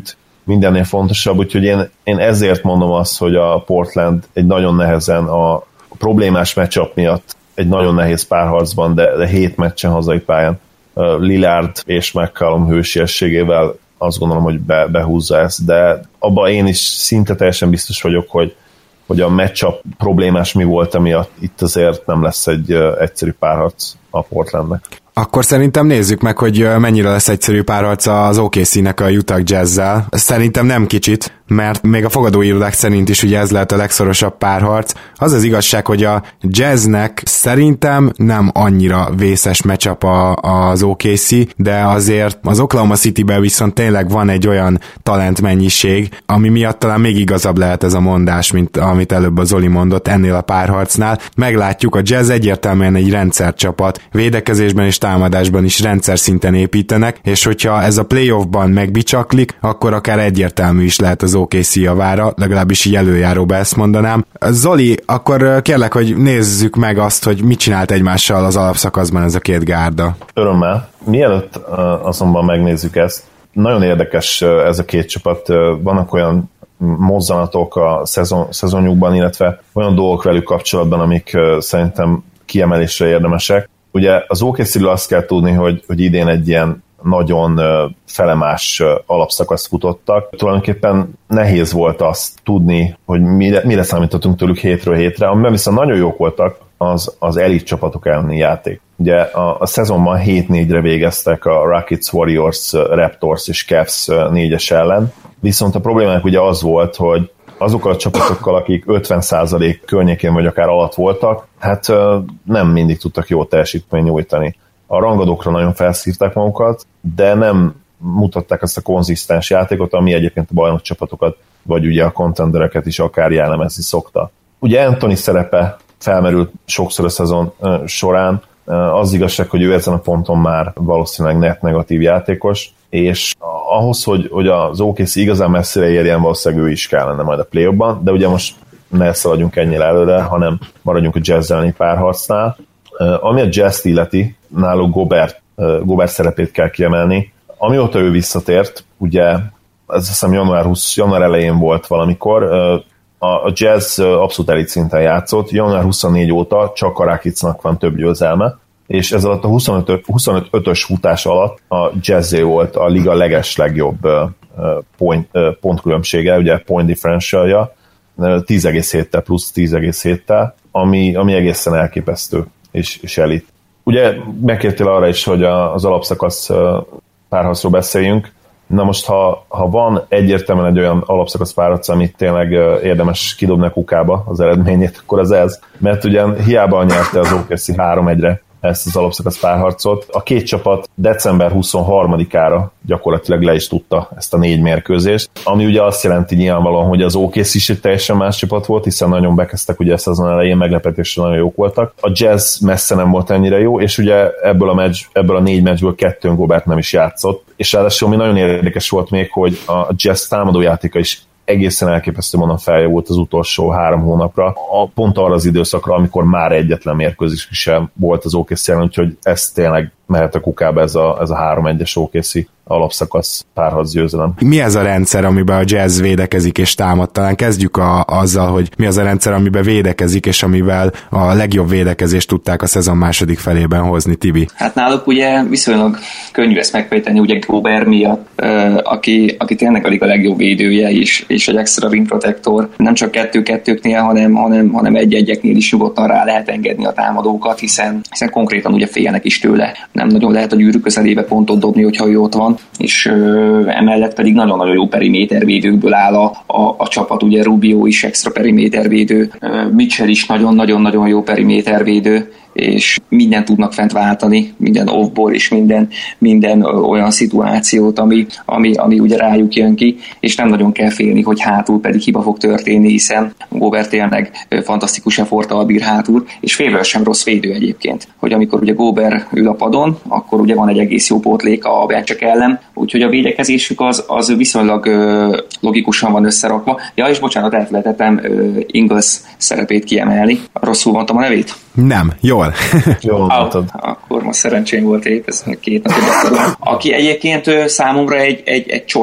Speaker 3: mindennél fontosabb, úgyhogy én, én ezért mondom azt, hogy a Portland egy nagyon nehezen a problémás matchup miatt egy nagyon nehéz párharcban, de, de hét meccsen hazai pályán Lillard és McCollum hősiességével azt gondolom, hogy be, behúzza ezt, de abban én is szinte teljesen biztos vagyok, hogy, hogy a matchup problémás mi volt, emiatt itt azért nem lesz egy egyszerű párharc a Portlandnek.
Speaker 2: Akkor szerintem nézzük meg, hogy mennyire lesz egyszerű párharc az o ká cé-nek a Utah Jazz-zel. Szerintem nem kicsit, mert még a fogadóirodák szerint is ugye ez lehet a legszorosabb párharc. Az az igazság, hogy a Jazznek szerintem nem annyira vészes matchup az o ká cé, de azért az Oklahoma Cityben viszont tényleg van egy olyan talentmennyiség, ami miatt talán még igazabb lehet ez a mondás, mint amit előbb a Zoli mondott ennél a párharcnál. Meglátjuk, a Jazz egyértelműen egy rendszercsapat, védekezésben és támadásban is rendszer szinten építenek, és hogyha ez a playoffban megbicsaklik, akkor akár egyértelmű is lehet az o ká cé javára, legalábbis így előjáróba ezt mondanám. Zoli, akkor kérlek, hogy nézzük meg azt, hogy mit csinált egymással az alapszakaszban ez a két gárda.
Speaker 3: Örömmel. Mielőtt azonban megnézzük ezt, nagyon érdekes ez a két csapat. Vannak olyan mozzanatok a szezon, szezonjukban, illetve olyan dolgok velük kapcsolatban, amik szerintem kiemelésre érdemesek. Ugye az o ká cé-ről azt kell tudni, hogy, hogy idén egy ilyen nagyon felemás alapszakaszt futottak. Tulajdonképpen nehéz volt azt tudni, hogy mire, mire számítottunk tőlük hétről hétre, amiben viszont nagyon jók voltak az, az elit csapatok elleni játék. Ugye a, a szezonban hét négyre végeztek a Rockets, Warriors, Raptors és Cavs négyes ellen, viszont a problémák ugye az volt, hogy azokkal a csapatokkal, akik ötven százalék környékén vagy akár alatt voltak, hát nem mindig tudtak jó teljesítményt nyújtani. A rangadókra nagyon felszívták magukat, de nem mutatták azt a konzisztens játékot, ami egyébként a bajnok csapatokat, vagy ugye a contendereket is akár jellemezni szokta. Ugye Anthony szerepe felmerült sokszor a szezon során, az igazság, hogy ő ezen a ponton már valószínűleg net negatív játékos, és ahhoz, hogy, hogy az o ká cé igazán messzire érjen, valószínűleg ő is kellene majd a play-offban, de ugye most ne szaladjunk ennyire előre, hanem maradjunk a Jazz elleni párharcnál. Ami a Jazz illeti, náluk Gobert, Gobert szerepét kell kiemelni. Amióta ő visszatért, ugye ez azt hiszem január, huszadika, január elején volt valamikor, a Jazz abszolút elit szinten játszott, január huszonnégyedike óta csak a Rakicnak van több győzelme, és ez alatt a huszonötös futás alatt a Jazzé volt a liga leges legjobb point, pontkülönbsége, ugye point differentialja, tíz egész héttel plusz tíz egész héttel, ami, ami egészen elképesztő és, és elit. Ugye megkértél arra is, hogy az alapszakasz párharcról beszéljünk. Na most, ha, ha van egyértelműen egy olyan alapszakasz párharc, amit tényleg érdemes kidobni a kukába az eredményét, akkor az ez. Mert ugyan hiába nyerte az o ká cé három egyre ezt az alapszakasz párharcot. A két csapat december huszonharmadikára gyakorlatilag le is tudta ezt a négy mérkőzést, ami ugye azt jelenti nyilvánvalóan, hogy az o ká cé is egy teljesen más csapat volt, hiszen nagyon bekezdtek ugye ezt azon elején, meglepetésre nagyon jók voltak. A Jazz messze nem volt ennyire jó, és ugye ebből a, meccs, ebből a négy meccsből kettőn Gobert nem is játszott, és ráadásul ami nagyon érdekes volt még, hogy a Jazz támadójátéka is egészen elképesztő módon feljavult az utolsó három hónapra, a, pont arra az időszakra, amikor már egyetlen mérkőzés sem volt az o ká cé ellen, úgyhogy ez tényleg mehet a kukába ez a, ez a három egyes o ká cé alapszakasz párharc győzelem.
Speaker 2: Mi ez a rendszer, amiben a Jazz védekezik és támad? Talán kezdjük a, azzal, hogy mi az a rendszer, amiben védekezik, és amivel a legjobb védekezést tudták a szezon második felében hozni, Tibi.
Speaker 5: Hát náluk ugye viszonylag könnyű ezt megfejteni, ugye Gobert miatt, aki, aki tényleg alig a legjobb védője is, és egy extra ring protector, nem csak kettő-kettőknél, hanem, hanem, hanem egy-egyeknél is nyugodtan rá lehet engedni a támadókat, hiszen, hiszen konkrétan ugye félnek is tőle. Nem nagyon lehet a gyűrű közelébe pontot dobni, hogyha ő ott van, és ö, emellett pedig nagyon-nagyon jó perimétervédőkből áll a, a, a csapat, ugye Rubio is extra perimétervédő, Mitchell is nagyon-nagyon-nagyon jó perimétervédő, és mindent tudnak fent váltani, minden off-ball és minden, minden olyan szituációt, ami, ami, ami ugye rájuk jön ki, és nem nagyon kell félni, hogy hátul pedig hiba fog történni, hiszen Gobert tényleg fantasztikus efforttal bír hátul, és félről sem rossz védő egyébként, hogy amikor ugye Gobert ül a padon, akkor ugye van egy egész jó pótlék a bencsek ellen, úgyhogy a védekezésük az, az viszonylag ö, logikusan van összerakva. Ja, és bocsánat, elfelejtettem Ingles szerepét kiemelni. Rosszul mondtam a nevét?
Speaker 2: Nem, jól.
Speaker 3: Jól mondtad.
Speaker 5: Ah, akkor most szerencsém volt épp, ez két napja. Aki egyébként számomra egy, egy, egy csoda.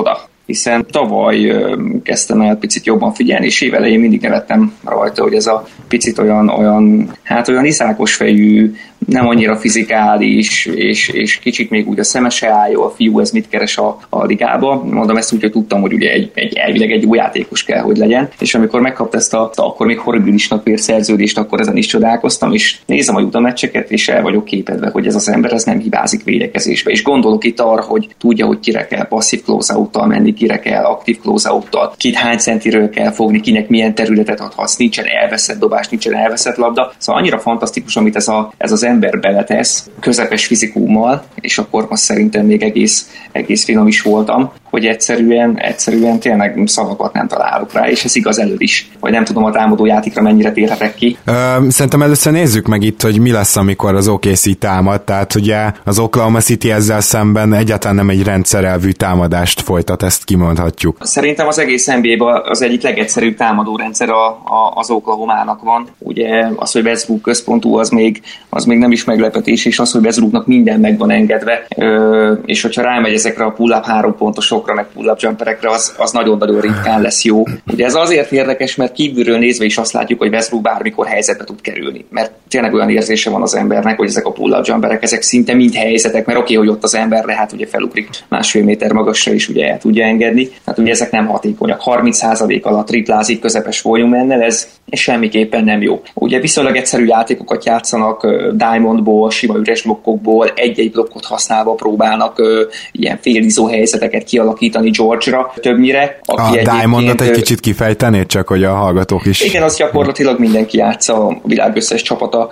Speaker 5: hiszen tavaly kezdtem el picit jobban figyelni, és évelején mindig nevettem rajta, hogy ez a picit olyan, olyan hát olyan iszákos fejű, nem annyira fizikális, és, és kicsit még úgy a szeme se állja, a fiú ez mit keres a, a ligába. Mondom ezt úgy, hogy tudtam, hogy ugye egy, egy, elvileg egy jó játékos kell, hogy legyen, és amikor megkapta ezt a, akkor még horribilisnak vér szerződést, akkor ezen is csodálkoztam, és nézem a Utah meccseket, és el vagyok képedve, hogy ez az ember ez nem hibázik védekezésbe, és gondolok itt arra, hogy tudja, hogy kire kell passzív close-out-tal menni, kire kell aktív close-out-tal, kit hány centiről kell fogni, kinek milyen területet adhatsz, nincsen elveszett dobás, nincsen elveszett labda. Szóval annyira fantasztikus, amit ez, a, ez az ember beletesz, közepes fizikummal, és akkor most szerintem még egész, egész finom is voltam, hogy egyszerűen, egyszerűen tényleg szavakat nem találok rá, és ez igaz elő is, vagy nem tudom a támadó játékra mennyire térhetek ki.
Speaker 2: Ö, szerintem először nézzük meg itt, hogy mi lesz, amikor az o ká cé támad, tehát ugye az Oklahoma City ezzel szemben egyáltalán nem egy rendszerelvű támadást folytat, ezt kimondhatjuk.
Speaker 5: Szerintem az egész en bé á-ban az egyik legegyszerűbb támadó rendszer a, a, az Oklahomának van. Ugye az, hogy Westbrook központú, az még, az még nem is meglepetés, és az, hogy Westbrooknak minden meg van engedve, Ö, és hogyha rámegy ezekre a pull-up három pontosokra, meg pull-up jumperekre, az, az nagyon-nagyon ritkán lesz jó. Ugye ez azért érdekes, mert kívülről nézve is azt látjuk, hogy Westbrook bármikor helyzetbe tud kerülni, mert tényleg olyan érzése van az embernek, hogy ezek a pull-up jumperek, ezek szinte mind helyzetek, mert oké, okay, hogy ott az ember lehet ugye felugrik másfél méter magasra is ugye el tudja engedni. Hát ugye ezek nem hatékonyak. harminc százalék alatt triplázik közepes volumennel, ez semmiképpen nem jó. Ugye viszonylag egyszerű játékokat játszanak, diamondból, sima üres blokkokból, egy-egy blokkot használva próbálnak ilyen félizó helyzeteket kialakítani George-ra többnyire.
Speaker 2: Aki a diamondot egy kicsit kifejtenéd, csak hogy a hallgatók is.
Speaker 5: Igen, az gyakorlatilag mindenki játsza, a világ összes csapata.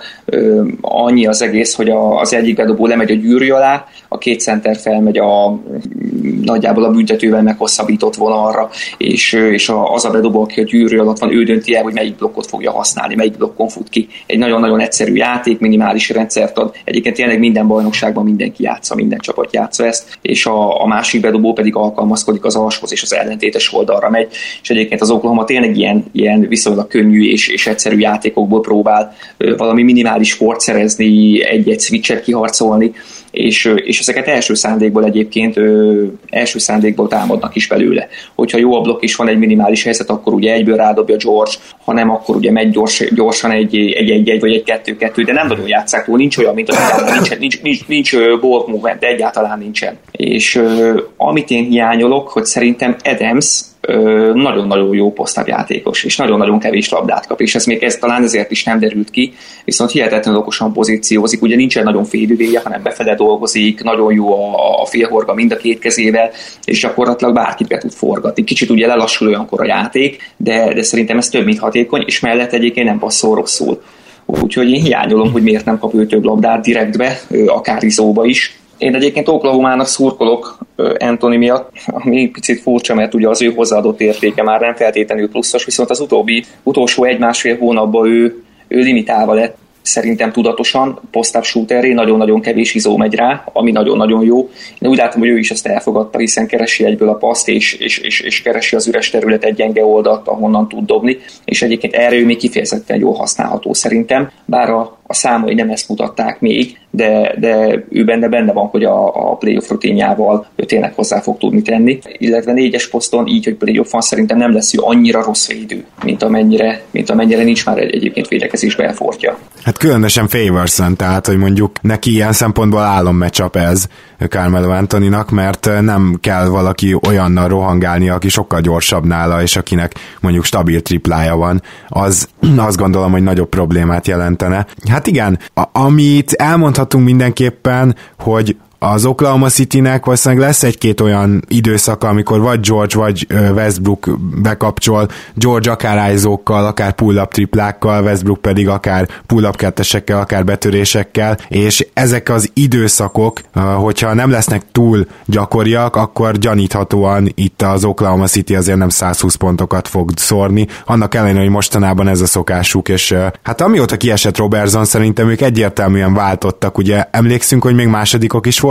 Speaker 5: Annyi az egész, hogy az egyik bedobó lemegy a gyűrű alá, a két center felmegy a nagyjából a büntetővel meghosszabbított vonalra, és, és az a bedobó, aki a gyűrű alatt van, ő dönti el, hogy melyik blokkot fogja használni, melyik blokkon fut ki. Egy nagyon-nagyon egyszerű játék, minimális rendszert ad. Egyébként tényleg minden bajnokságban mindenki játsza, minden csapat játsza ezt, és a, a másik bedobó pedig alkalmazkodik az alshoz, és az ellentétes oldalra megy. És egyébként az Oklahoma tényleg ilyen, ilyen viszonylag könnyű és, és egyszerű játékokból próbál valami minimális skort szerezni, egy-egy switchet kiharcolni, és, és ezeket első szándékból egyébként ö, első szándékból támadnak is belőle. Hogyha jó a blokk is van egy minimális helyzet, akkor ugye egyből rádobja George, ha nem, akkor ugye megy gyors, gyorsan egy-egy vagy egy kettő-kettő, de nem nagyon játsszák túl, nincs olyan, mint az nincs, nincs, nincs, nincs ball movement, de egyáltalán nincsen. És ö, amit én hiányolok, hogy szerintem Adams nagyon-nagyon jó posztábjátékos, és nagyon-nagyon kevés labdát kap, és ez még ez talán ezért is nem derült ki, viszont hihetetlenül okosan pozíciózik, ugye nincsen nagyon félüvéje, hanem befele dolgozik, nagyon jó a, a félhorga mind a két kezével, és gyakorlatilag bárkit be tud forgatni. Kicsit ugye lelassul olyankor a játék, de, de szerintem ez több, mint hatékony, és mellett egyébként nem passzol rosszul. Úgyhogy én hiányolom, hogy miért nem kap ő több labdát direktbe, akár izóba is. Én egyébként Oklahomának szurkolok Anthony miatt, ami picit furcsa, mert ugye az ő hozzáadott értéke már nem feltétlenül pluszos, viszont az utóbbi, utolsó egy-másfél hónapban ő, ő limitálva lett, szerintem tudatosan, post-up shooterré, nagyon-nagyon kevés izó megy rá, ami nagyon-nagyon jó. Én úgy látom, hogy ő is ezt elfogadta, hiszen keresi egyből a paszt, és, és, és, és keresi az üres terület egy gyenge oldalt, ahonnan tud dobni, és egyébként erre ő még kifejezetten jól használható szerintem, bár a, a számai nem ezt mutatták még, de, de ő benne benne van, hogy a, a playoff rutinjával ő tényleg hozzá fog tudni tenni, illetve négyes poszton így, hogy playoff van, szerintem nem lesz ő annyira rossz védő, mint amennyire, mint amennyire nincs már egy, egyébként védekezésbe elfortja.
Speaker 2: Hát különösen Favorson, tehát, hogy mondjuk neki ilyen szempontból álommatchup ez Carmelo Anthonynak, mert nem kell valaki olyannal rohangálni, aki sokkal gyorsabb nála, és akinek mondjuk stabil triplája van, az azt gondolom, hogy nagyobb problémát jelentene. Hát igen, a- amit elmondhatunk mindenképpen, hogy az Oklahoma Citynek valószínűleg lesz egy-két olyan időszaka, amikor vagy George, vagy Westbrook bekapcsol, George akár ájzókkal, akár pull-up triplákkal, Westbrook pedig akár pull-up kettesekkel, akár betörésekkel, és ezek az időszakok, hogyha nem lesznek túl gyakoriak, akkor gyaníthatóan itt az Oklahoma City azért nem százhúsz pontokat fog szórni, annak ellenére, hogy mostanában ez a szokásuk, és hát amióta kiesett Robertson, szerintem ők egyértelműen váltottak, ugye emlékszünk, hogy még másodikok is volt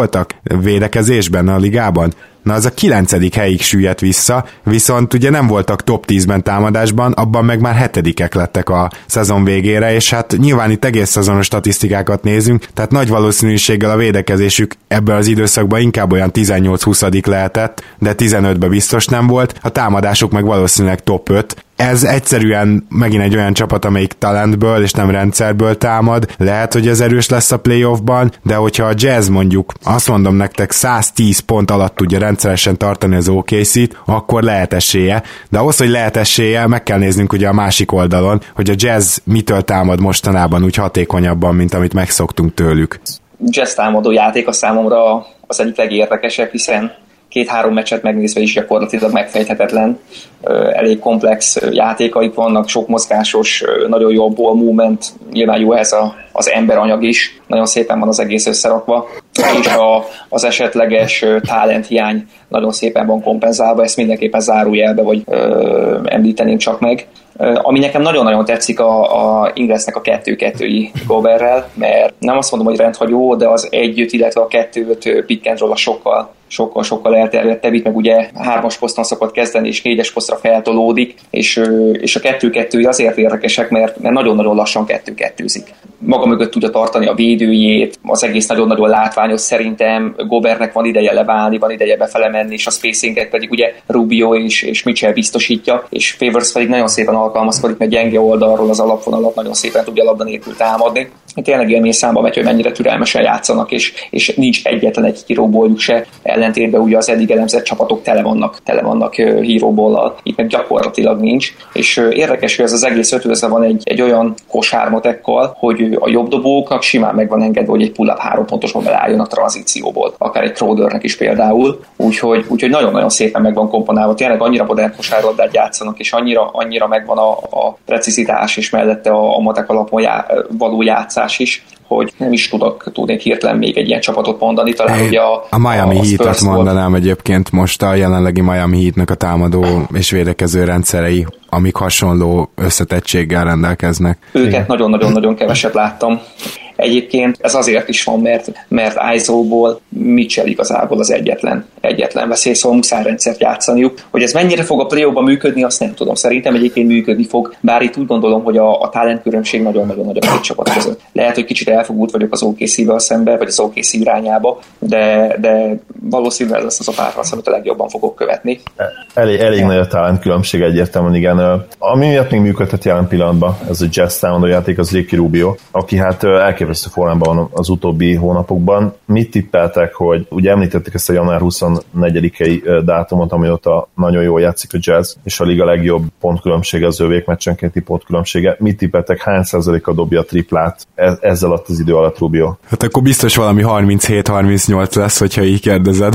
Speaker 2: voltak védekezésben a ligában? Na, az a kilencedik helyig süllyedt vissza, viszont ugye nem voltak top tízben támadásban, abban meg már hetedikek lettek a szezon végére, és hát nyilván itt egész szezonos statisztikákat nézünk, tehát nagy valószínűséggel a védekezésük ebben az időszakban inkább olyan tizennyolc-huszadik lehetett, de tizenötben biztos nem volt, a támadásuk meg valószínűleg top öt. Ez egyszerűen megint egy olyan csapat, amelyik talentből és nem rendszerből támad. Lehet, hogy ez erős lesz a playoffban, de hogyha a Jazz mondjuk, azt mondom nektek, száztíz pont alatt tudja rendszeresen tartani az o ká cét, akkor lehet esélye. De ahhoz, hogy lehet esélye, meg kell néznünk ugye a másik oldalon, hogy a Jazz mitől támad mostanában úgy hatékonyabban, mint amit megszoktunk tőlük.
Speaker 5: Jazz támadó játék a számomra az egyik legérdekesebb, hiszen két-három meccset megnézve is gyakorlatilag megfejthetetlen. Elég komplex játékaik vannak, sok mozgásos, nagyon jó ball movement, nyilván jó ez a, az emberanyag is, nagyon szépen van az egész összerakva, és a, az esetleges talent hiány nagyon szépen van kompenzálva, ezt mindenképpen zárójelbe, vagy ö, említeném csak meg. Ami nekem nagyon-nagyon tetszik a, a Inglesnek a kettő-kettői Goberrel, mert nem azt mondom, hogy rendhagyó, de az együtt, illetve a kettő-öt pick and roll a sokkal sokkal-sokkal elterjedtebb, itt meg ugye hármas poszton szokott kezdeni, és négyes posztra feltolódik, és, és a kettő-kettői azért érdekesek, mert, mert nagyon-nagyon lassan kettő-kettőzik. Maga mögött tudja tartani a védőjét, az egész nagyon-nagyon látványos, szerintem Gobertnek van ideje leválni, van ideje befele menni, és a spacinget pedig ugye Rubio és, és Mitchell biztosítja, és Favors pedig nagyon szépen alkalmazkodik, mert gyenge oldalról az alapvonalat nagyon szépen tudja labda nélkül támadni. Tényleg élmény számba megy, hogy mennyire türelmesen játszanak, és, és nincs egyetlen egy híróbóljuk se, ellentétben ugye az eddig elemzett csapatok tele vannak, tele vannak híróbóllal, itt meg gyakorlatilag nincs, és érdekes, hogy ez az egész ötvöze van egy, egy olyan kosármatekkal, hogy a jobb dobóknak simán meg van engedve, hogy egy pull-up három pontosban belálljon a tranzícióból, akár egy Crowdernek is például, úgyhogy, úgyhogy nagyon-nagyon szépen meg van komponálva, tényleg annyira modern kosárlabdát játszanak, és annyira, annyira megvan a, a precizitás, és mellette a, a matek alapon já, való játszás is, hogy nem is tudok, tudnék hirtelen még egy ilyen csapatot mondani, talán
Speaker 2: Én
Speaker 5: ugye a,
Speaker 2: a Miami
Speaker 5: a
Speaker 2: Heat-et mondanám egyébként most, a jelenlegi Miami Heatnek a támadó és védekező rendszerei, amik hasonló összetettséggel rendelkeznek.
Speaker 5: Őket nagyon-nagyon-nagyon keveset láttam. Egyébként ez azért is van, mert, mert i es o-ból Mitchell igazából az egyetlen, egyetlen veszély, szóval muszáj rendszert játszaniuk. Hogy ez mennyire fog a play-offban működni, azt nem tudom. Szerintem egyébként működni fog, bár itt úgy gondolom, hogy a, a talentkülönbség nagyon-nagyon nagy a két csapat között. Lehet, hogy kicsit elfogult vagyok az o ká cé-vel szembe, vagy az o ká cé irányába, de, de valószínűleg lesz az a párharc, amit a legjobban fogok követni.
Speaker 3: Elég, elég nagy a talentkülönbség egyértelműen, igen. Ami miatt még működhet jelen pillanatban, ez a Jazz támadó játék, az Ricky Rubio, aki hát elképesztő formában van az utóbbi hónapokban. Mit tippeltek, hogy ugye említettek ezt a január huszonnegyedikei dátumot, amióta nagyon jól játszik a Jazz, és a liga legjobb pontkülönbsége az övék, meccsenkénti pontkülönbsége. Mit tippeltek, hány százaléka dobja a triplát ezzel alatt az idő alatt Rubio?
Speaker 2: Hát akkor biztos valami harminchét harmincnyolc lesz, hogyha így kérdezed.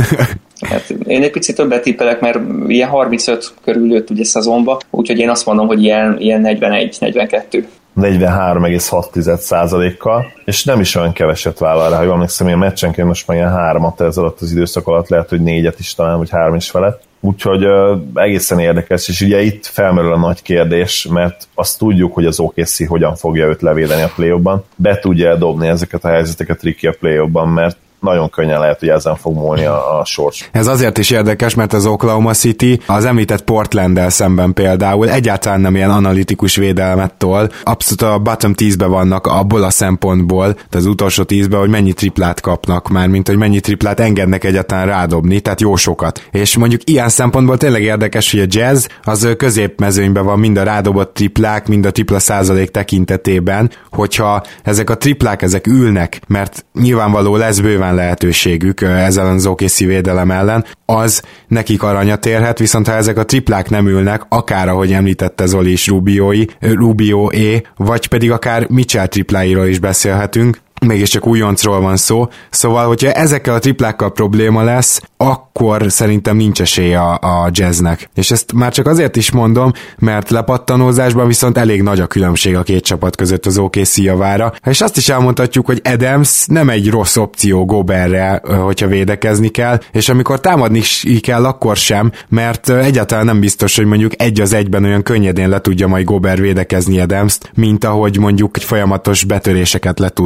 Speaker 5: Hát én egy picit többet tippelek, mert ilyen harmincöt körül jött ugye szezonba, úgyhogy én azt mondom, hogy ilyen, ilyen negyvenegy negyvenkettő.
Speaker 3: negyvenhárom egész hat százalékkal, és nem is olyan keveset vállal rá, hogy emlékszem, ilyen meccsenként most már ilyen háromat ez alatt az időszak alatt, lehet, hogy négyet is talán, vagy három is felett. Úgyhogy uh, egészen érdekes, és ugye itt felmerül a nagy kérdés, mert azt tudjuk, hogy az o ká cé hogyan fogja őt levédeni a play-offban. Be tudja dobni ezeket a helyzeteket Ricky a play-offban, mert nagyon könnyen lehet, hogy ezen fog múlni a, a sors.
Speaker 2: Ez azért is érdekes, mert az Oklahoma City az említett Portlanddel szemben például egyáltalán nem ilyen analitikus védelmet tol. Abszolút a bottom tízbe vannak abból a szempontból, tehát az utolsó tízbe, hogy mennyi triplát kapnak már, mint hogy mennyi triplát engednek egyáltalán rádobni, tehát jó sokat. És mondjuk ilyen szempontból tényleg érdekes, hogy a Jazz az középmezőnyben van mind a rádobott triplák, mind a tripla százalék tekintetében, hogyha ezek a triplák ezek ülnek, mert nyilvánvaló lesz bőven lehetőségük ezzel az o ká cé védelem ellen, az nekik aranyat érhet, viszont ha ezek a triplák nem ülnek, akár ahogy említette Zoli is Rubiói, Rubióé, vagy pedig akár Mitchell tripláiról is beszélhetünk, mégiscsak újoncról van szó, szóval, hogyha ezekkel a triplákkal probléma lesz, akkor szerintem nincs esélye a, a Jazznek. És ezt már csak azért is mondom, mert lepattanózásban viszont elég nagy a különbség a két csapat között az o ká cé javára. És azt is elmondhatjuk, hogy Adams nem egy rossz opció Goberre, hogyha védekezni kell, és amikor támadni kell, akkor sem, mert egyáltalán nem biztos, hogy mondjuk egy az egyben olyan könnyedén le tudja majd Gobert védekezni Adamst, mint ahogy mondjuk egy folyamatos betöréseket le tudná.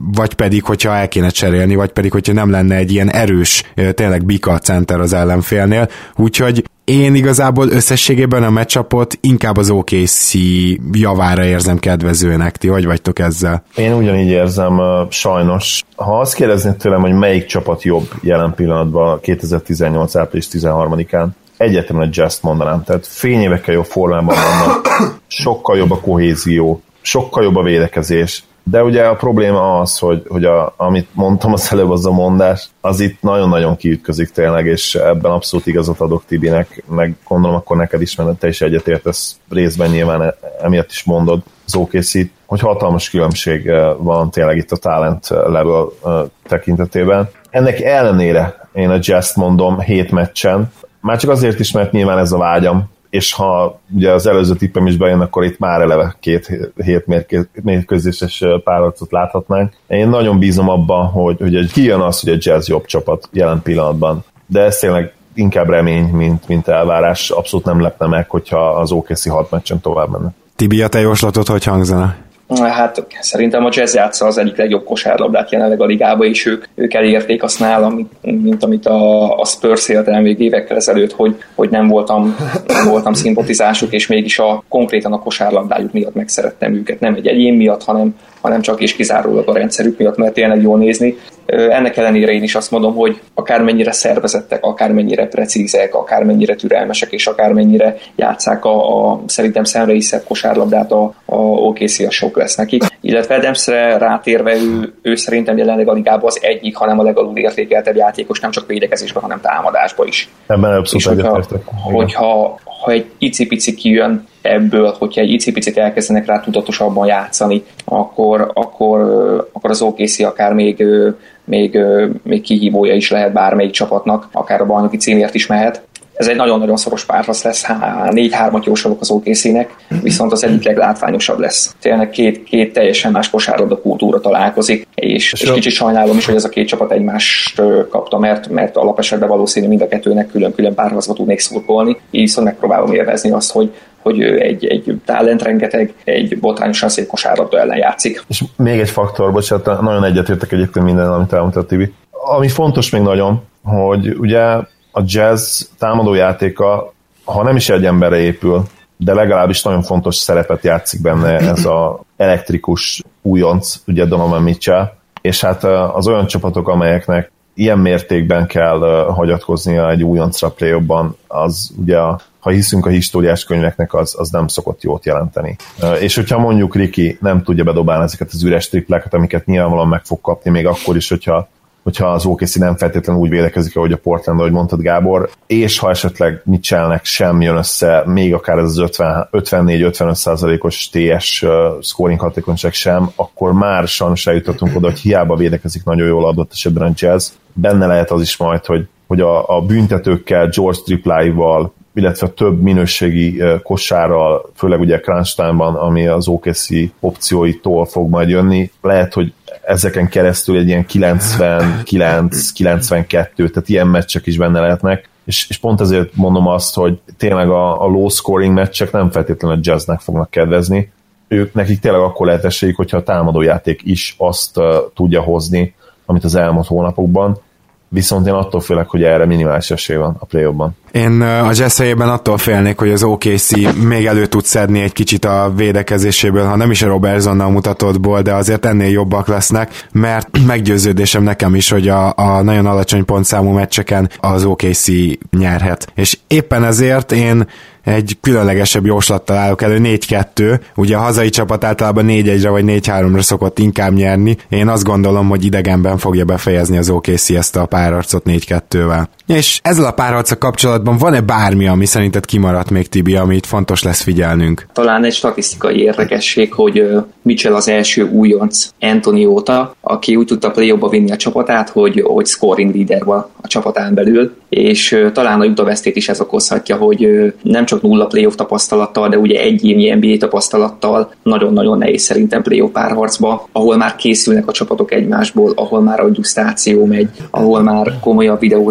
Speaker 2: vagy pedig, hogyha el kéne cserélni, vagy pedig, hogyha nem lenne egy ilyen erős, tényleg bika center az ellenfélnél. Úgyhogy én igazából összességében a matchupot inkább az o ká cé javára érzem kedvezőnek. Ti hogy vagytok ezzel?
Speaker 3: Én ugyanígy érzem, sajnos. Ha azt kérdeznéd tőlem, hogy melyik csapat jobb jelen pillanatban kétezer-tizennyolc április tizenharmadikán, egyetlen a Jazz-t mondanám. Tehát fényévekkel jobb formában vannak, sokkal jobb a kohézió, sokkal jobb a védekezés, de ugye a probléma az, hogy, hogy a, amit mondtam az előbb, az a mondás, az itt nagyon-nagyon kiütközik tényleg, és ebben abszolút igazat adok Tibinek, meg gondolom akkor neked is, mert te is egyetértesz részben nyilván emiatt is mondod az o ká cé-t, hogy hatalmas különbség van tényleg itt a talent level tekintetében. Ennek ellenére én a Jazz-t mondom hét meccsen, már csak azért is, mert nyilván ez a vágyam, és ha ugye az előző tippem is bejön, akkor itt már eleve két hét mérkőzéses párharcot láthatnánk. Én nagyon bízom abban, hogy, hogy kijön az, hogy a Jazz jobb csapat jelen pillanatban, de ez tényleg inkább remény, mint, mint elvárás. Abszolút nem lepne meg, hogyha az o ká cé hat meccsen tovább menne.
Speaker 2: Tibi, a te jóslatod hogy hangzana?
Speaker 5: Hát szerintem a Jazz játsza az egyik legjobb kosárlabdát jelenleg a ligában, és ők, ők elérték azt nálam, mint amit a, a Spurs élt el még évekkel ezelőtt, hogy, hogy nem voltam, nem voltam szimpatizásuk, és mégis a, konkrétan a kosárlabdájuk miatt megszerettem őket. Nem egy egyén miatt, hanem, hanem csak és kizárólag a rendszerük miatt, mert tényleg jól nézni. Ennek ellenére én is azt mondom, hogy akármennyire szervezettek, akármennyire precízek, akármennyire türelmesek, és akármennyire játsszák a, a szerintem szemre is szebb kosárlabdát, a, a o ká cé a sok lesz nekik. Illetve Adamsre rátérve ő, ő szerintem jelenleg a ligában az egyik, hanem a legalul értékeltebb játékos, nem csak védekezésben, hanem támadásban is.
Speaker 3: Ebben abszolút egyetértek.
Speaker 5: Hogyha ha egy icipici kijön ebből, hogyha egy icipicit elkezdenek rá tudatosabban játszani, akkor, akkor, akkor az o ká cé akár még, még, még kihívója is lehet bármelyik csapatnak, akár a bajnoki címért is mehet. Ez egy nagyon-nagyon szoros párharc lesz, négy hármat jósolok az o ká cének, viszont az egyik leglátványosabb lesz. Tényleg két, két teljesen más kosárlabda kultúra találkozik, és, és kicsit sajnálom is, hogy ez a két csapat egymást kapta, mert, mert alapesetben valószínű mind a kettőnek külön-külön párharcba tudnék szurkolni, így viszont megpróbálom élvezni azt, hogy hogy egy, egy talent rengeteg, egy botrányosan szép kosárlabda ellen játszik.
Speaker 3: És még egy faktor, bocsánat, nagyon egyetértek egyébként minden, amit elmondtad, Tibi. Ami fontos még nagyon, hogy ugye a Jazz támadójátéka, ha nem is egy emberre épül, de legalábbis nagyon fontos szerepet játszik benne ez az elektrikus újonc, ugye Donovan Mitchell, és hát az olyan csapatok, amelyeknek ilyen mértékben kell hagyatkoznia egy újoncra play-offban, az ugye, ha hiszünk a históriás könyveknek, az, az nem szokott jót jelenteni. És hogyha mondjuk Ricky nem tudja bedobálni ezeket az üres tripleket, amiket nyilvánvalóan meg fog kapni, még akkor is, hogyha hogyha az o ká cé nem feltétlenül úgy védekezik, ahogy a Portland, ahogy mondtad Gábor, és ha esetleg Mitchellnek sem jön össze, még akár ez az ötvennégy-ötvenöt százalékos té es uh, scoring hatékonyság sem, akkor már sajnos eljutottunk oda, hogy hiába védekezik nagyon jól adott esetben a Jazz. Benne lehet az is majd, hogy, hogy a, a büntetőkkel, George tripláival, illetve több minőségi uh, kosárral, főleg ugye crunch time-ban, ami az o ká cé opcióitól fog majd jönni, lehet, hogy ezeken keresztül egy ilyen kilencvenkilenc kilencvenkettő, tehát ilyen meccsek is benne lehetnek, és, és pont ezért mondom azt, hogy tényleg a, a low scoring meccsek nem feltétlenül a Jazznek fognak kedvezni. Ők, nekik tényleg akkor lehet esélyük, hogyha a támadójáték is azt uh, tudja hozni, amit az elmúlt hónapokban, viszont én attól félek, hogy erre minimális esély van a play-offban.
Speaker 2: Én a Jazz helyében attól félnék, hogy az o ká cé még elő tud szedni egy kicsit a védekezéséből, ha nem is a Robertsonnal mutatottból, de azért ennél jobbak lesznek, mert meggyőződésem nekem is, hogy a, a nagyon alacsony pontszámú meccseken az o ká cé nyerhet. És éppen ezért én egy különlegesebb jóslattal állok elő, négy kettő, ugye a hazai csapat általában négy egyre vagy négy háromra szokott inkább nyerni, én azt gondolom, hogy idegenben fogja befejezni az o ká cé ezt a párharcot négy kettővel. És ezzel a párharccal kapcsolatban van-e bármi, ami szerinted kimaradt még, Tibi, amit fontos lesz figyelnünk?
Speaker 5: Talán egy statisztikai érdekesség, hogy Mitchell az első újonc Anthony óta, aki úgy tudta play-offba vinni a csapatát, hogy, hogy scoring leader van a csapatán belül, és talán a Utah Westét is ez okozhatja, hogy nem csak nulla playoff tapasztalattal, de ugye egy évnyi en bé á tapasztalattal nagyon-nagyon nehéz szerintem playoff párharcba, ahol már készülnek a csapatok egymásból, ahol már a adjusztáció megy, ahol már komolyabb videózások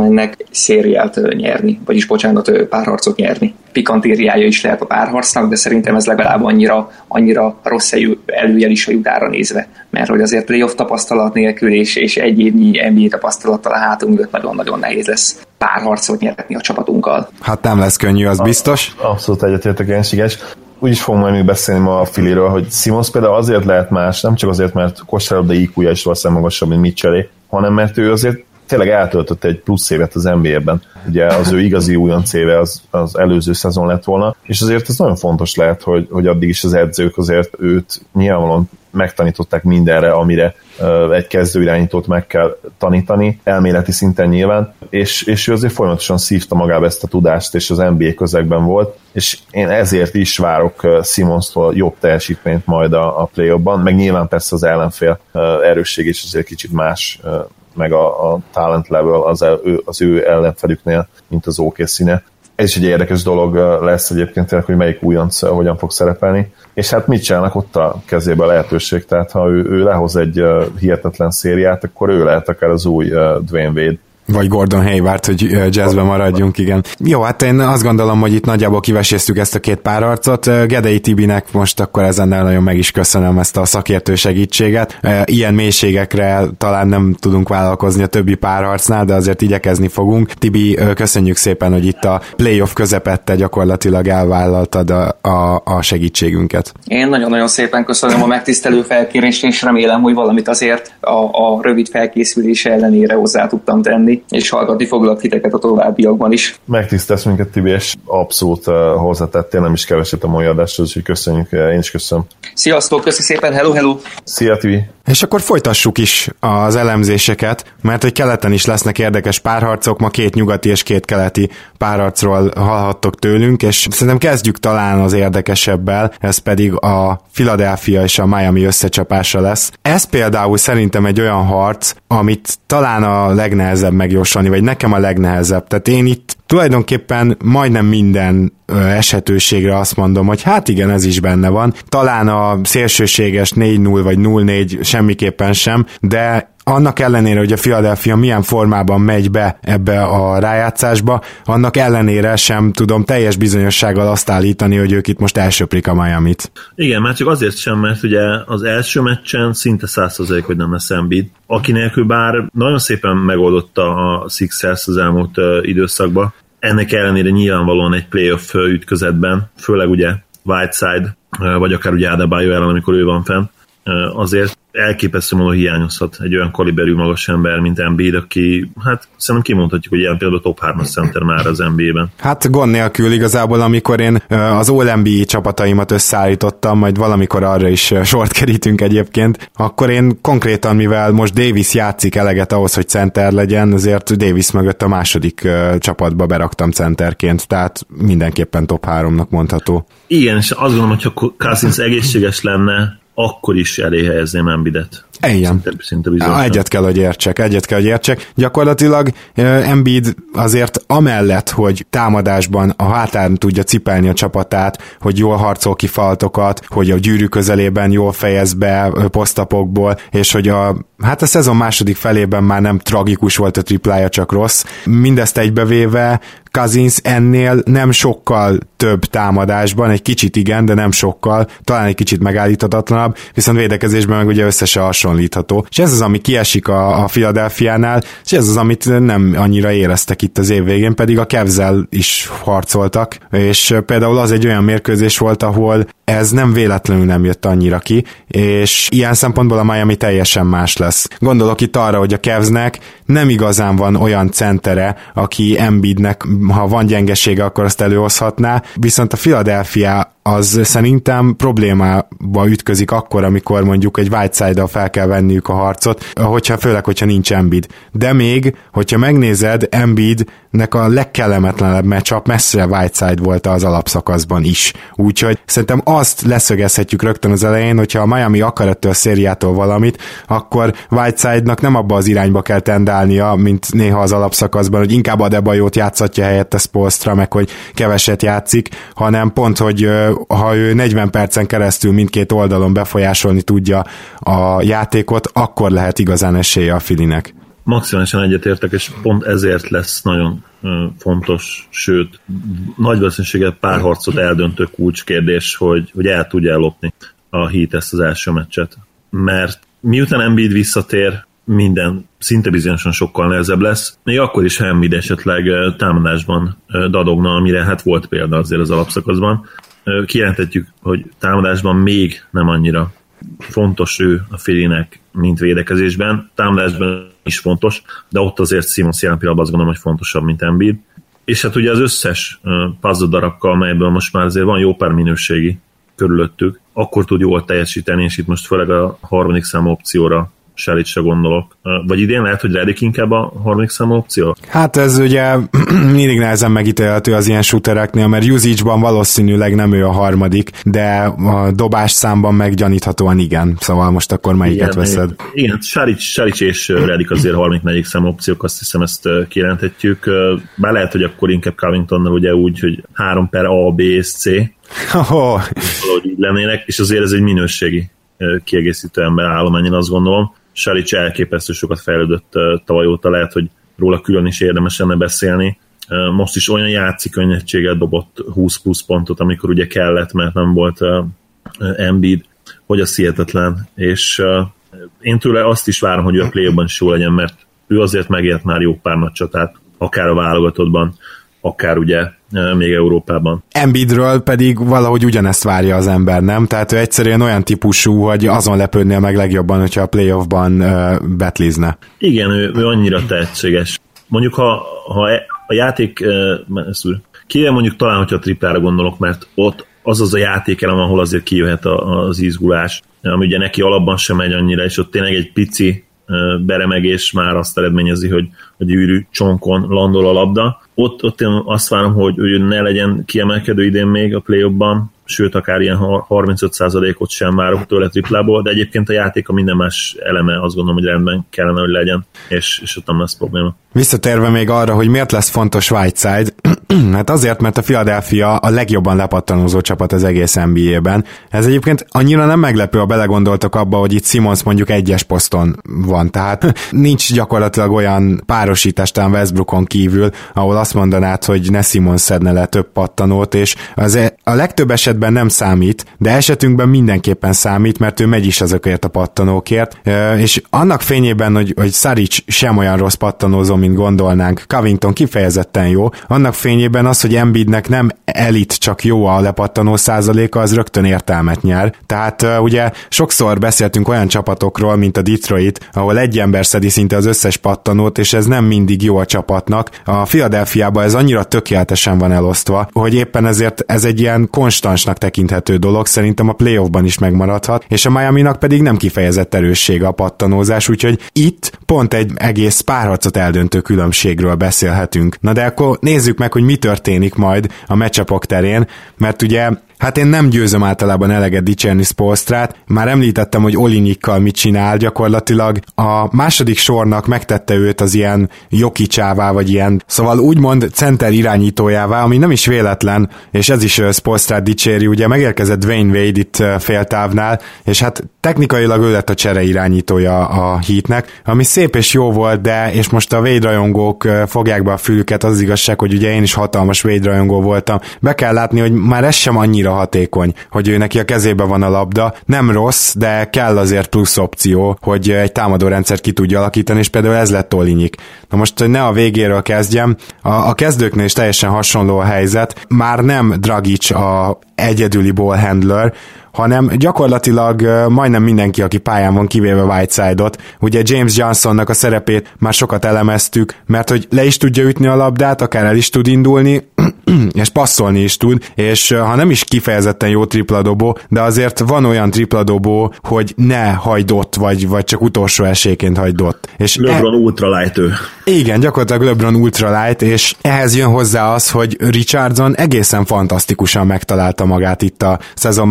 Speaker 5: mennek szériát nyerni, vagyis bocsánat, párharcot nyerni. Pikantériája is lehet a párharcnak, de szerintem ez legalább annyira, annyira rossz előjel is a jutára nézve, mert hogy azért playoff tapasztalat nélkül és, és egy évnyi en bé á tapasztalattal a hátunk mögött nagyon-nagyon nehéz lesz párharcot nyerni a csapatunkkal.
Speaker 2: Hát nem lesz könnyű, az biztos.
Speaker 3: Abszolút egyetértek, Ensiges. Úgy is fogunk majd még beszélni ma a Phillyről, hogy Simmons például azért lehet más, nem csak azért, mert kosárlabda í kúja is valószínűleg magasabb, mint Mitchellé, hanem mert ő azért tényleg eltöltött egy plusz évet az en bé á-ben. Ugye az ő igazi újonc éve az, az előző szezon lett volna, és azért ez nagyon fontos lehet, hogy, hogy addig is az edzők azért őt nyilvánvalóan megtanították mindenre, amire uh, egy kezdőirányítót meg kell tanítani, elméleti szinten nyilván, és, és ő azért folyamatosan szívta magába ezt a tudást, és az en bé á közegben volt, és én ezért is várok uh, Simmonstól jobb teljesítményt majd a, a play-offban, meg nyilván persze az ellenfél uh, erősség is azért kicsit más, uh, meg a, a talent level az, el, ő, az ő ellenfelüknél, mint az ó ká cé-ne. Ez is egy érdekes dolog lesz egyébként, hogy melyik újonc hogyan fog szerepelni. És hát Mitchellnek ott a kezébe a lehetőség, tehát ha ő, ő lehoz egy hihetetlen szériát, akkor ő lehet akár az új Dwayne Wade.
Speaker 2: Vagy Gordon Hayward, hogy jazzben maradjunk, igen. Jó, hát én azt gondolom, hogy itt nagyjából kiveséztük ezt a két párharcot. Gedei Tibinek most akkor ezennel nagyon meg is köszönöm ezt a szakértő segítséget. Ilyen mélységekre talán nem tudunk vállalkozni a többi párharcnál, de azért igyekezni fogunk. Tibi, köszönjük szépen, hogy itt a playoff közepette gyakorlatilag elvállaltad a, a, a segítségünket.
Speaker 5: Én nagyon-nagyon szépen köszönöm a megtisztelő felkérést, és remélem, hogy valamit azért a, a rövid felkészülés ellenére hozzá tudtam tenni, és hallgatni foglak titeket a továbbiakban is.
Speaker 3: Megtisztelsz minket, Tibi, és abszolút uh, hozzátettél, nem is keveset a mai adáshoz, úgyhogy köszönjük, én is köszönöm.
Speaker 5: Sziasztok, köszi szépen, hello, hello!
Speaker 3: Szia, Tibi!
Speaker 2: És akkor folytassuk is az elemzéseket, mert hogy keleten is lesznek érdekes párharcok, ma két nyugati és két keleti párharcról hallhattok tőlünk, és szerintem kezdjük talán az érdekesebbel, ez pedig a Philadelphia és a Miami összecsapása lesz. Ez például szerintem egy olyan harc, amit talán a legnehezebb megjósolni, vagy nekem a legnehezebb. Tehát én itt tulajdonképpen majdnem minden esetőségre azt mondom, hogy hát igen, ez is benne van. Talán a szélsőséges négy null vagy null négy semmiképpen sem, de annak ellenére, hogy a Philadelphia milyen formában megy be ebbe a rájátszásba, annak ellenére sem tudom teljes bizonyossággal azt állítani, hogy ők itt most elsöprik a Miamit.
Speaker 6: Igen, már csak azért sem, mert ugye az első meccsen szinte száz százalék, hogy nem lesz Embiid, aki nélkül bár nagyon szépen megoldotta a Sixers az elmúlt uh, időszakban. Ennek ellenére nyilvánvalóan egy playoff ütközetben, főleg ugye Whiteside, uh, vagy akár ugye Adebayo ellen, amikor ő van fenn, uh, azért elképesztő módon hiányozhat egy olyan kaliberű magas ember, mint Embiid, aki, hát szerintem kimondhatjuk, hogy ilyen például a top hármas center már az en bé á-ben.
Speaker 2: Hát gond nélkül igazából, amikor én az All-en bé á csapataimat összeállítottam, majd valamikor arra is sort kerítünk egyébként, akkor én konkrétan, mivel most Davis játszik eleget ahhoz, hogy center legyen, azért Davis mögött a második csapatba beraktam centerként, tehát mindenképpen top háromnak mondható.
Speaker 6: Igen, és azt gondolom, hogyha Cousins egészséges lenne, akkor is elé helyezném Embiidet.
Speaker 2: Igen.
Speaker 6: Szinte, szinte
Speaker 2: egyet kell, hogy értsek, egyet kell, hogy értsek. Gyakorlatilag uh, Embiid azért amellett, hogy támadásban a hátán tudja cipelni a csapatát, hogy jól harcol ki faltokat, hogy a gyűrű közelében jól fejez be uh, posztapokból, és hogy a, hát a szezon második felében már nem tragikus volt a triplája, csak rossz. Mindezt egybevéve Cousins ennél nem sokkal több támadásban, egy kicsit igen, de nem sokkal, talán egy kicsit megállíthatatlanabb, viszont védekezésben meg ugye össze se hasonlítható. És ez az, ami kiesik a, a Philadelphiánál, és ez az, amit nem annyira éreztek itt az év végén, pedig a Cavs-zel is harcoltak, és például az egy olyan mérkőzés volt, ahol ez nem véletlenül nem jött annyira ki, és ilyen szempontból a Miami teljesen más lesz. Gondolok itt arra, hogy a Cavsnek nem igazán van olyan centere, aki Embiidnek, ha van gyengesége, akkor azt előhozhatná, viszont a Philadelphia az szerintem problémába ütközik akkor, amikor mondjuk egy Whiteside-dal fel kell venniük a harcot, hogyha, főleg, hogyha nincs Embiid. De még, hogyha megnézed, Embiidnek a legkellemetlenebb matchup messze Whiteside volt az alapszakaszban is. Úgyhogy szerintem azt leszögezhetjük rögtön az elején, hogyha a Miami akar ettől a szériától valamit, akkor Whiteside-nak nem abba az irányba kell tendálnia, mint néha az alapszakaszban, hogy inkább Adebayót játszatja helyette Spoelstra, meg hogy keveset játszik, hanem pont, hogy ha ő negyven percen keresztül mindkét oldalon befolyásolni tudja a játékot, akkor lehet igazán esélye a Phillynek.
Speaker 6: Maximálisan egyetértek, és pont ezért lesz nagyon fontos, sőt, nagy valószínűséggel párharcot eldöntő kulcskérdés, hogy, hogy el tudja lopni a Heat ezt az első meccset. Mert miután Embiid visszatér, minden szinte bizonyosan sokkal nehezebb lesz. Még akkor is, ha Embiid esetleg támadásban dadogna, amire hát volt példa azért az alapszakaszban. Kijelentetjük, hogy támadásban még nem annyira fontos ő a Phillynek, mint védekezésben. Támadásban is fontos, de ott azért Simmons jelen pillanatban azt gondolom, hogy fontosabb, mint Embiid. És hát ugye az összes puzzle darabka, amelyből most már azért van jó pár minőségi körülöttük, akkor tud jól teljesíteni, és itt most főleg a harmadik számú opcióra Šarićra gondolok. Vagy idén lehet, hogy Redick inkább a harmadik számú opció?
Speaker 2: Hát ez ugye mindig nehezen megítélhető az ilyen shootereknél, mert usage-ban valószínűleg nem ő a harmadik, de a dobás számban meg gyaníthatóan igen. Szóval most akkor melyiket igen, veszed?
Speaker 6: Igen, Šarić és Redick azért harmadik negyedik számú opciók, azt hiszem ezt kijelenthetjük. Bár lehet, hogy akkor inkább Covingtonnal ugye úgy, hogy három per A, B és C. Oh. Valahogy így lennének, és azért ez egy minőségi kiegészítő ember állomány, én azt gondolom. Šarić elképesztő sokat fejlődött tavaly óta, lehet, hogy róla külön is érdemes lenne beszélni. Most is olyan játszik könnyedséggel dobott húsz plusz pontot, amikor ugye kellett, mert nem volt Embiid, hogy az hihetetlen. És én tőle azt is várom, hogy ő a play-ban is jó legyen, mert ő azért megélt már jó pár nagy csatát, akár a válogatottban, akár ugye még Európában.
Speaker 2: Embiidről pedig valahogy ugyanezt várja az ember, nem? Tehát ő egyszerűen olyan típusú, hogy azon lepődnél meg legjobban, hogyha a playoffban uh, betlizne.
Speaker 6: Igen, ő, ő annyira tehetséges. Mondjuk, ha, ha a játék uh, kivéve mondjuk talán, hogyha a triplára gondolok, mert ott az az a játékelem, ahol azért kijöhet a, az izgulás, ami ugye neki alapban sem megy annyira, és ott tényleg egy pici beremegés már azt eredményezi, hogy a gyűrű csonkon landol a labda. Ott, ott én azt várom, hogy ő ne legyen kiemelkedő idén még a play-offban, sőt, akár ilyen harmincöt százalékot sem várok tőle triplából, de egyébként a játék a minden más eleme azt gondolom, hogy rendben kellene, hogy legyen, és, és ott nem lesz probléma.
Speaker 2: Visszatérve még arra, hogy miért lesz fontos Whiteside, hát azért, mert a Philadelphia a legjobban lepattanózó csapat az egész en bé á-ben. Ez egyébként annyira nem meglepő, ha belegondoltak abba, hogy itt Simmons mondjuk egyes poszton van, tehát nincs gyakorlatilag olyan párosítás talán Westbrookon kívül, ahol azt mondanád, hogy ne Simmons szedne le több pattanót, és az a legtöbb esetben nem számít, de esetünkben mindenképpen számít, mert ő megy is azokért a pattanókért, és annak fényében, hogy, hogy Šarić sem olyan rossz pattanózó, mint gondolnánk, Covington kifejezetten jó, annak fényében az, hogy Embiidnek nem elit, csak jó a lepattanó százaléka, az rögtön értelmet nyer. Tehát uh, ugye sokszor beszéltünk olyan csapatokról, mint a Detroit, ahol egy ember szedi szinte az összes pattanót, és ez nem mindig jó a csapatnak. A Philadelphiában ez annyira tökéletesen van elosztva, hogy éppen ezért ez egy ilyen konstansnak tekinthető dolog, szerintem a playoffban is megmaradhat, és a Miaminak pedig nem kifejezett erőssége a pattanózás, úgyhogy itt pont egy egész párharcot eldöntő különbségről beszélhetünk. Na de akkor nézzük meg, hogy mi történik majd a matchupok terén, mert ugye hát én nem győzöm általában eleget dicsérni Spoelstrát, már említettem, hogy Olynykkal mit csinál, gyakorlatilag a második sornak megtette őt az ilyen Jokicsává, vagy ilyen, szóval úgymond center irányítójává, ami nem is véletlen, és ez is Spoelstrát dicséri, ugye megérkezett Dwayne Wade itt féltávnál, és hát technikailag ő lett a csere irányítója a Heatnek, ami szép és jó volt, de és most a Wade rajongók fogják be a fülüket, az igazság, hogy ugye én is hatalmas Wade rajongó voltam. Be kell látni, hogy már ez sem annyira hatékony, hogy ő neki a kezébe van a labda. Nem rossz, de kell azért plusz opció, hogy egy támadórendszert ki tudja alakítani, és például ez lett Olynyk. Na most, hogy ne a végéről kezdjem, a, a kezdőknél is teljesen hasonló a helyzet. Már nem Dragic a egyedüli ballhandler, hanem gyakorlatilag majdnem mindenki, aki pályán van, kivéve Whiteside-ot. Ugye James Johnsonnak a szerepét már sokat elemeztük, mert hogy le is tudja ütni a labdát, akár el is tud indulni, és passzolni is tud, és ha nem is kifejezetten jó tripladobó, de azért van olyan tripladobó, hogy ne hagyd ott, vagy, vagy csak utolsó esélyként hagyd ott. És
Speaker 6: LeBron e- ultralight ő.
Speaker 2: Igen, gyakorlatilag LeBron ultralight, és ehhez jön hozzá az, hogy Richardson egészen fantasztikusan megtalálta magát itt a szezon második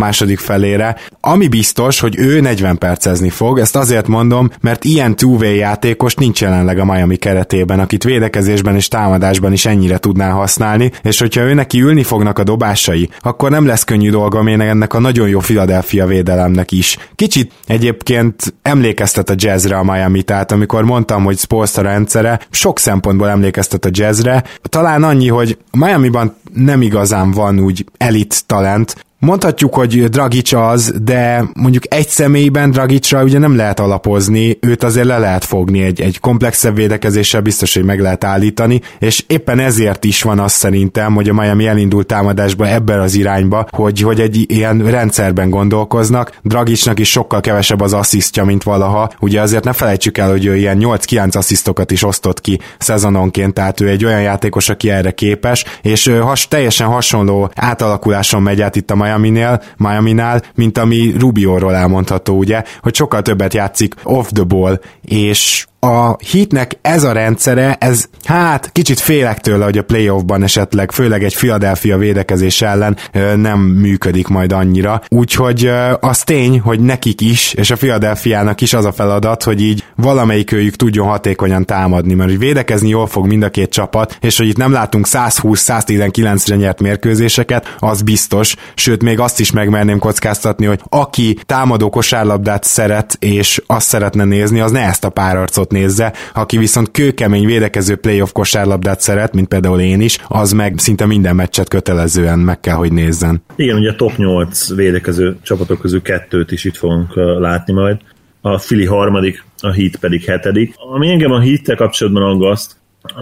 Speaker 2: felére. Ami biztos, hogy ő negyven percezni fog, ezt azért mondom, mert ilyen two-way játékos nincs jelenleg a Miami keretében, akit védekezésben és támadásban is ennyire tudná használni, és hogyha ő neki ülni fognak a dobásai, akkor nem lesz könnyű dolga még ennek a nagyon jó Philadelphia védelemnek is. Kicsit egyébként emlékeztet a Jazzre a Miami, tehát amikor mondtam, hogy Spoelstra rendszere, sok szempontból emlékeztet a Jazzre, talán annyi, hogy Miamiban nem igazán van úgy elit talent. Mondhatjuk, hogy Dragic az, de mondjuk egy személyben Dragicra ugye nem lehet alapozni, őt azért le lehet fogni, egy, egy komplexebb védekezéssel biztos, hogy meg lehet állítani, és éppen ezért is van az szerintem, hogy a Miami elindult támadásba ebben az irányba, hogy, hogy egy ilyen rendszerben gondolkoznak. Dragicnak is sokkal kevesebb az asszisztja, mint valaha. Ugye azért ne felejtsük el, hogy ő ilyen nyolc-kilenc asszisztokat is osztott ki szezononként, tehát ő egy olyan játékos, aki erre képes, és has, teljesen hasonló átalakuláson megy át itt a Miami-nél, Miami-nál, mint ami Rubioról elmondható, ugye, hogy sokkal többet játszik off the ball, és a Heatnek ez a rendszere, ez hát kicsit félek tőle, hogy a playoffban esetleg, főleg egy Philadelphia védekezés ellen nem működik majd annyira. Úgyhogy az tény, hogy nekik is, és a Philadelphiának is az a feladat, hogy így valamelyik őjük tudjon hatékonyan támadni, mert hogy védekezni jól fog mind a két csapat, és hogy itt nem látunk százhúsz-száztizenkilencre nyert mérkőzéseket, az biztos, sőt még azt is megmerném kockáztatni, hogy aki támadó kosárlabdát szeret, és azt szeretne nézni, az ne ezt a párharcot nézze, aki viszont kőkemény védekező playoff kosárlabdát szeret, mint például én is, az meg szinte minden meccset kötelezően meg kell, hogy nézzen.
Speaker 6: Igen, ugye top nyolc védekező csapatok közül kettőt is itt fogunk látni majd. A Philly harmadik, a Heat pedig hetedik. Ami engem a Heat-tel kapcsolatban aggaszt,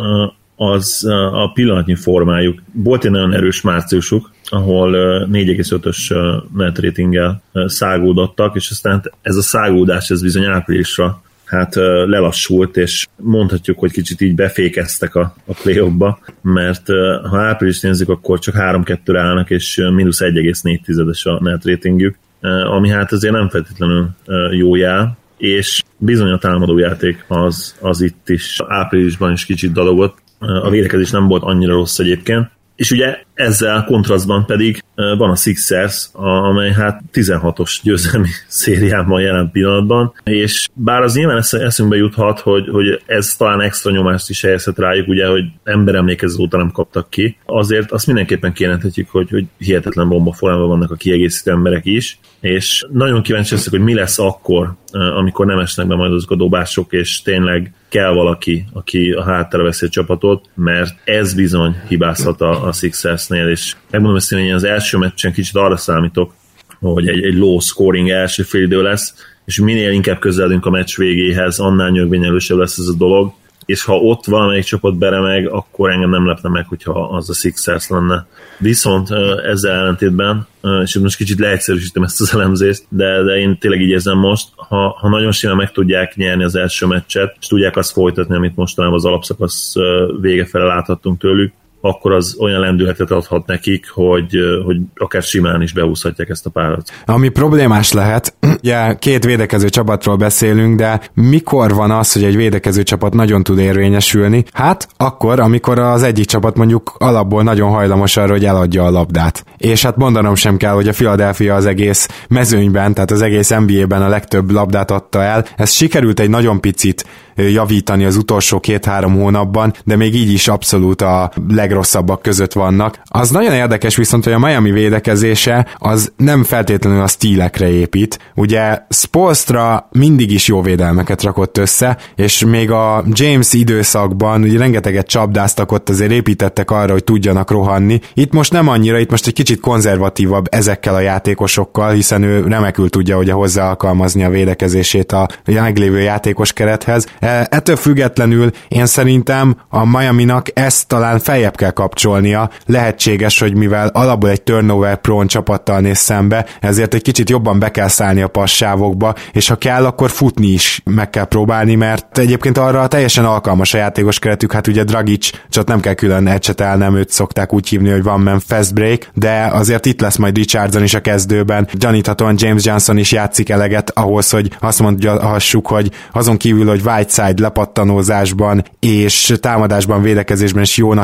Speaker 6: az a pillanatnyi formájuk. Volt egy nagyon erős márciusuk, ahol négy egész ötös net ratinggel szágódottak, és aztán ez a szágódás ez bizony áprilisra hát lelassult, és mondhatjuk, hogy kicsit így befékeztek a, a play-offba, mert ha április nézzük, akkor csak három kettőre állnak, és mínusz egy egész négy tizedes a net ratingjük, ami hát azért nem feltétlenül jó jel, és bizony a támadójáték az, az itt is áprilisban is kicsit dadogott, a védekezés nem volt annyira rossz egyébként, és ugye ezzel kontrasztban pedig van a Sixers, amely hát tizenhatos győzelmi szériában jelen pillanatban, és bár az nyilván eszünkbe juthat, hogy, hogy ez talán extra nyomást is helyezhet rájuk, ugye, hogy emberemlékező óta nem kaptak ki, azért azt mindenképpen kijelenthetjük, hogy, hogy hihetetlen bombaformában vannak a kiegészítő emberek is, és nagyon kíváncsi leszek, hogy mi lesz akkor, amikor nem esnek be majd azok a dobások, és tényleg kell valaki, aki a háttára veszi a csapatot, mert ez bizony hibázhat a, a Sixersnél, és megmondom ezt, hogy én az első meccsen kicsit arra számítok, hogy egy, egy low scoring első félidő lesz, és minél inkább közeledünk a meccs végéhez, annál nyögvényelősebb lesz ez a dolog, és ha ott valamelyik csapat beremeg, akkor engem nem lepne meg, hogyha az a Sixers lenne. Viszont ezzel ellentétben, és most kicsit leegyszerűsítem ezt az elemzést, de, de én tényleg így érzem most, ha, ha nagyon simán meg tudják nyerni az első meccset, és tudják azt folytatni, amit mostanában az alapszakasz vége fele láthattunk tőlük, akkor az olyan lendületet adhat nekik, hogy, hogy akár simán is behúzhatják ezt a párat.
Speaker 2: Ami problémás lehet, ugye két védekező csapatról beszélünk, de mikor van az, hogy egy védekező csapat nagyon tud érvényesülni? Hát akkor, amikor az egyik csapat mondjuk alapból nagyon hajlamos arra, hogy eladja a labdát. És hát mondanom sem kell, hogy a Philadelphia az egész mezőnyben, tehát az egész en bé á-ben a legtöbb labdát adta el. Ez sikerült egy nagyon picit javítani az utolsó két-három hónapban, de még így is abszolút a legrosszabbak között vannak. Az nagyon érdekes viszont, hogy a Miami védekezése az nem feltétlenül a stílekre épít. Ugye Spoelstra mindig is jó védelmeket rakott össze, és még a James időszakban ugye rengeteget csapdáztak, ott azért építettek arra, hogy tudjanak rohanni. Itt most nem annyira, itt most egy kicsit konzervatívabb ezekkel a játékosokkal, hiszen ő remekül tudja ugye hozzá alkalmazni a védekezését a meglévő játékos kerethez. Ettől függetlenül én szerintem a Miaminak ezt talán feljebb kell kapcsolnia. Lehetséges, hogy mivel alapból egy turnover prone csapattal néz szembe, ezért egy kicsit jobban be kell szállni a passávokba, és ha kell, akkor futni is meg kell próbálni, mert egyébként arra teljesen alkalmas a játékos keretük, hát ugye Dragic, csak nem kell külön ecsetelnem, őt szokták úgy hívni, hogy van man fast break, de azért itt lesz majd Richardson is a kezdőben, gyaníthatóan James Johnson is játszik eleget ahhoz, hogy azt mondhassuk, hogy azon kívül, hogy Whiteside lepattanózásban és támadásban, védekezésben is jónak kell lenni,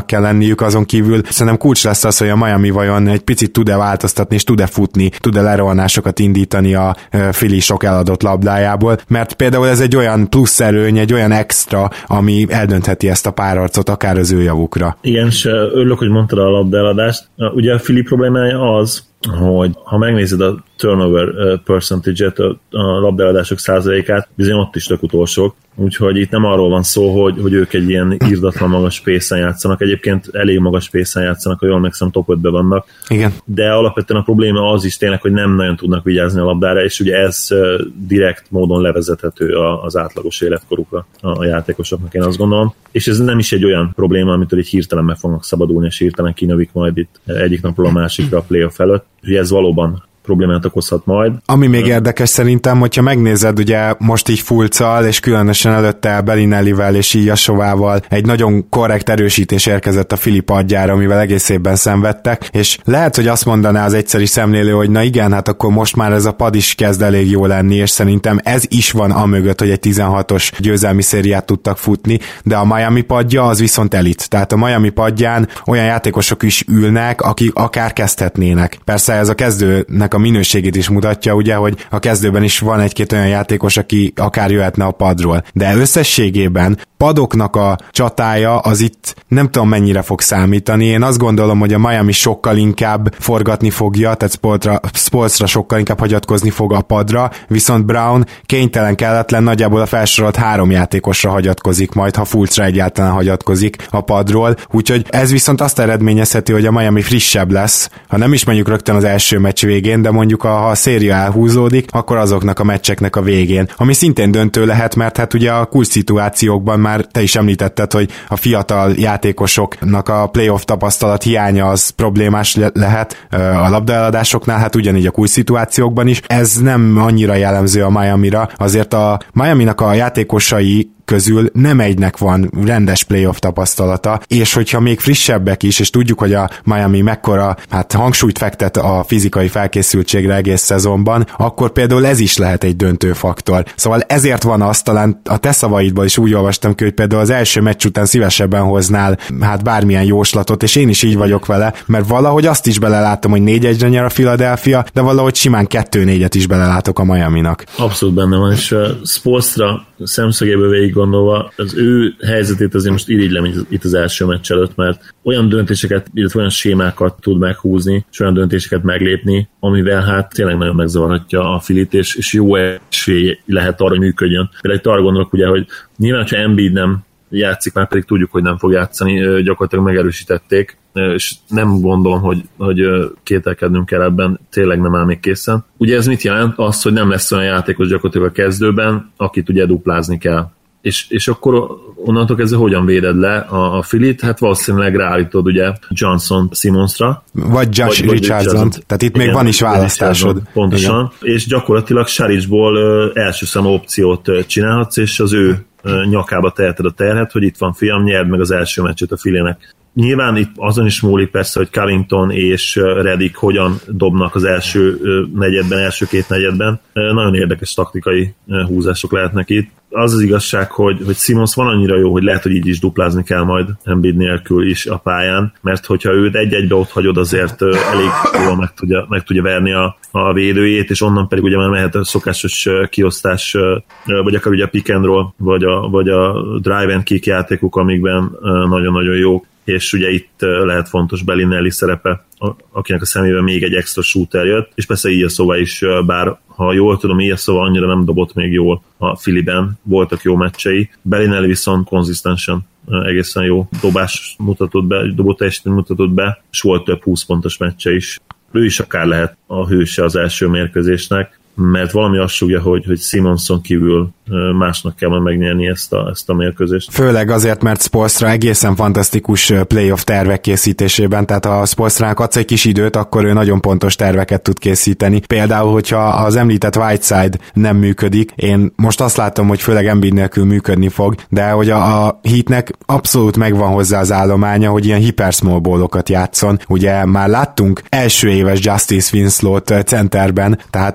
Speaker 2: tenniük, azon kívül szerintem kulcs lesz az, hogy a Miami vajon egy picit tud-e változtatni, és tud-e futni, tud-e lerohanásokat indítani a Philly sok eladott labdájából, mert például ez egy olyan plusz előny, egy olyan extra, ami eldöntheti ezt a párharcot akár az ő javukra.
Speaker 6: Igen, és örülök, hogy mondtad a labdaeladást. Ugye a Philly problémája az, hogy ha megnézed a turnover percentage-et, a labdaeladások százalékát, bizony ott is tök utolsók. Úgyhogy itt nem arról van szó, hogy, hogy ők egy ilyen irdatlan magas pace-en játszanak. Egyébként elég magas pace-en játszanak, ha jól megszem, top ötben vannak.
Speaker 2: Igen.
Speaker 6: De alapvetően a probléma az is tényleg, hogy nem nagyon tudnak vigyázni a labdára, és ugye ez direkt módon levezethető az átlagos életkorukra a játékosoknak, én azt gondolom. És ez nem is egy olyan probléma, amitől így hirtelen meg fognak szabadulni, és hirtelen kinövik majd itt egyik napról a másikra a playoff előtt. Ugye ez valóban problémát okozhat majd.
Speaker 2: Ami még érdekes szerintem, hogyha megnézed, ugye most így Fulccal, és különösen előtte Bellinellivel és Ilyasovával egy nagyon korrekt erősítés érkezett a Philly padjára, amivel egész évben szenvedtek, és lehet, hogy azt mondaná az egyszeri szemlélő, hogy na igen, hát akkor most már ez a pad is kezd elég jó lenni, és szerintem ez is van amögött, hogy egy tizenhatos győzelmi szériát tudtak futni, de a Miami padja az viszont elit. Tehát a Miami padján olyan játékosok is ülnek, akik akár kezdhetnének. Persze ez a kezdőnek a minőségét is mutatja, ugye, hogy a kezdőben is van egy-két olyan játékos, aki akár jöhetne a padról. De összességében padoknak a csatája az itt nem tudom mennyire fog számítani. Én azt gondolom, hogy a Miami sokkal inkább forgatni fogja, tehát Spolstra, Spolstra sokkal inkább hagyatkozni fog a padra, viszont Brown kénytelen kelletlen nagyjából a felsorolt három játékosra hagyatkozik majd, ha Fulcra egyáltalán hagyatkozik a padról. Úgyhogy ez viszont azt eredményezheti, hogy a Miami frissebb lesz, ha nem is mondjuk rögtön az első meccs végén, de mondjuk a, ha a széria elhúzódik, akkor azoknak a meccseknek a végén. Ami szintén döntő lehet, mert hát ugye a kulcs szituációkban már te is említetted, hogy a fiatal játékosoknak a playoff tapasztalat hiánya az problémás le- lehet a labdaeladásoknál, hát ugyanígy a kulcs szituációkban is. Ez nem annyira jellemző a Miamira, azért a Miaminak a játékosai közül nem egynek van rendes playoff tapasztalata, és hogyha még frissebbek is, és tudjuk, hogy a Miami mekkora hát hangsúlyt fektet a fizikai felkészültségre egész szezonban, akkor például ez is lehet egy döntő faktor. Szóval ezért van az, talán a te szavaidból is úgy olvastam ki, hogy például az első meccs után szívesebben hoznál hát bármilyen jóslatot, és én is így vagyok vele, mert valahogy azt is belelátom, hogy négy egyre nyer a Philadelphia, de valahogy simán kettő négyet is belelátok a Miaminak.
Speaker 6: Abszolút benne van, és uh, Spolstra szemszögéből végig gondolva, az ő helyzetét azért most irigylem itt az első meccs előtt, mert olyan döntéseket, illetve olyan sémákat tud meghúzni, és olyan döntéseket meglépni, amivel hát tényleg nagyon megzavarhatja a Philit, és, és jó esély lehet arra, hogy működjön. Például itt arra gondolok ugye, hogy nyilván, ha Embiid nem játszik, már pedig tudjuk, hogy nem fog játszani, gyakorlatilag megerősítették, és nem gondolom, hogy, hogy kételkednünk kell ebben, tényleg nem áll még készen. Ugye ez mit jelent? Az, hogy nem lesz olyan játékos gyakorlatilag a kezdőben, akit ugye duplázni kell. És, és akkor onnantól kezdve hogyan véded le a, a Philit? Hát valószínűleg ráállítod ugye Johnson Simmonsra.
Speaker 2: Vagy Josh vagy, Richardson. Tehát itt igen, még van is választásod.
Speaker 6: Pontosan. Igen. És gyakorlatilag Saricból első számú opciót csinálhatsz, és az ő nyakába teheted a terhet, hogy itt van fiam, nyerd meg az első meccset a Philének. Nyilván itt azon is múlik persze, hogy Covington és Redick hogyan dobnak az első negyedben, első két negyedben. Nagyon érdekes taktikai húzások lehetnek itt. Az az igazság, hogy, hogy Simmons van annyira jó, hogy lehet, hogy így is duplázni kell majd Embiid nélkül is a pályán, mert hogyha őt egy-egybe ott hagyod, azért elég jól meg tudja, meg tudja verni a, a védőjét, és onnan pedig ugye már mehet a szokásos kiosztás, vagy akár ugye a pick and roll, vagy a, vagy a drive and kick játékok, amikben nagyon-nagyon jó, és ugye itt lehet fontos Bellinelli szerepe, akinek a szemében még egy extra shooter jött, és persze Ilyasova is, bár ha jól tudom, Ilyasova annyira nem dobott még jól a Phillyben, voltak jó meccsei, Bellinelli viszont konzisztensen egészen jó dobás mutatott be, dobó teljesítményt mutatott be, és volt több húsz pontos meccse is. Ő is akár lehet a hőse az első mérkőzésnek, mert valami azt súgja, hogy, hogy Simonson kívül másnak kell megnyerni ezt a, ezt a mérkőzést.
Speaker 2: Főleg azért, mert Spolstra egészen fantasztikus playoff tervek készítésében, tehát ha Spolstrának adsz egy kis időt, akkor ő nagyon pontos terveket tud készíteni. Például, hogyha az említett Whiteside nem működik, én most azt látom, hogy főleg Embiid nélkül működni fog, de hogy a, a Heatnek abszolút megvan hozzá az állománya, hogy ilyen hiper small ballokat játszon. Ugye már láttunk első éves Justice Winslow-t centerben, tehát hogy ő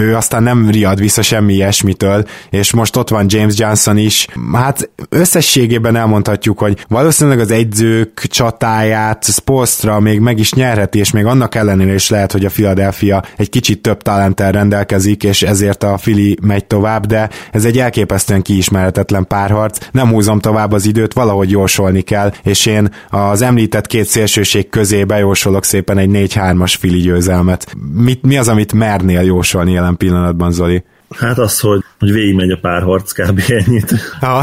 Speaker 2: ő aztán nem riad vissza semmi ilyesmitől, és most ott van James Johnson is. Hát összességében elmondhatjuk, hogy valószínűleg az egyzők csatáját Spoelstra még meg is nyerheti, és még annak ellenére is lehet, hogy a Philadelphia egy kicsit több talenttel rendelkezik, és ezért a Philly megy tovább, de ez egy elképesztően kiismerhetetlen párharc. Nem húzom tovább az időt, valahogy jósolni kell, és én az említett két szélsőség közé bejósolok szépen egy négy hármas Philly győzelmet. Mit, mi az, amit mernél jósolni jelen pillanatban, Zoli?
Speaker 6: Hát az, hogy, hogy végigmegy a párharc, kb. Ennyit.
Speaker 2: Ah.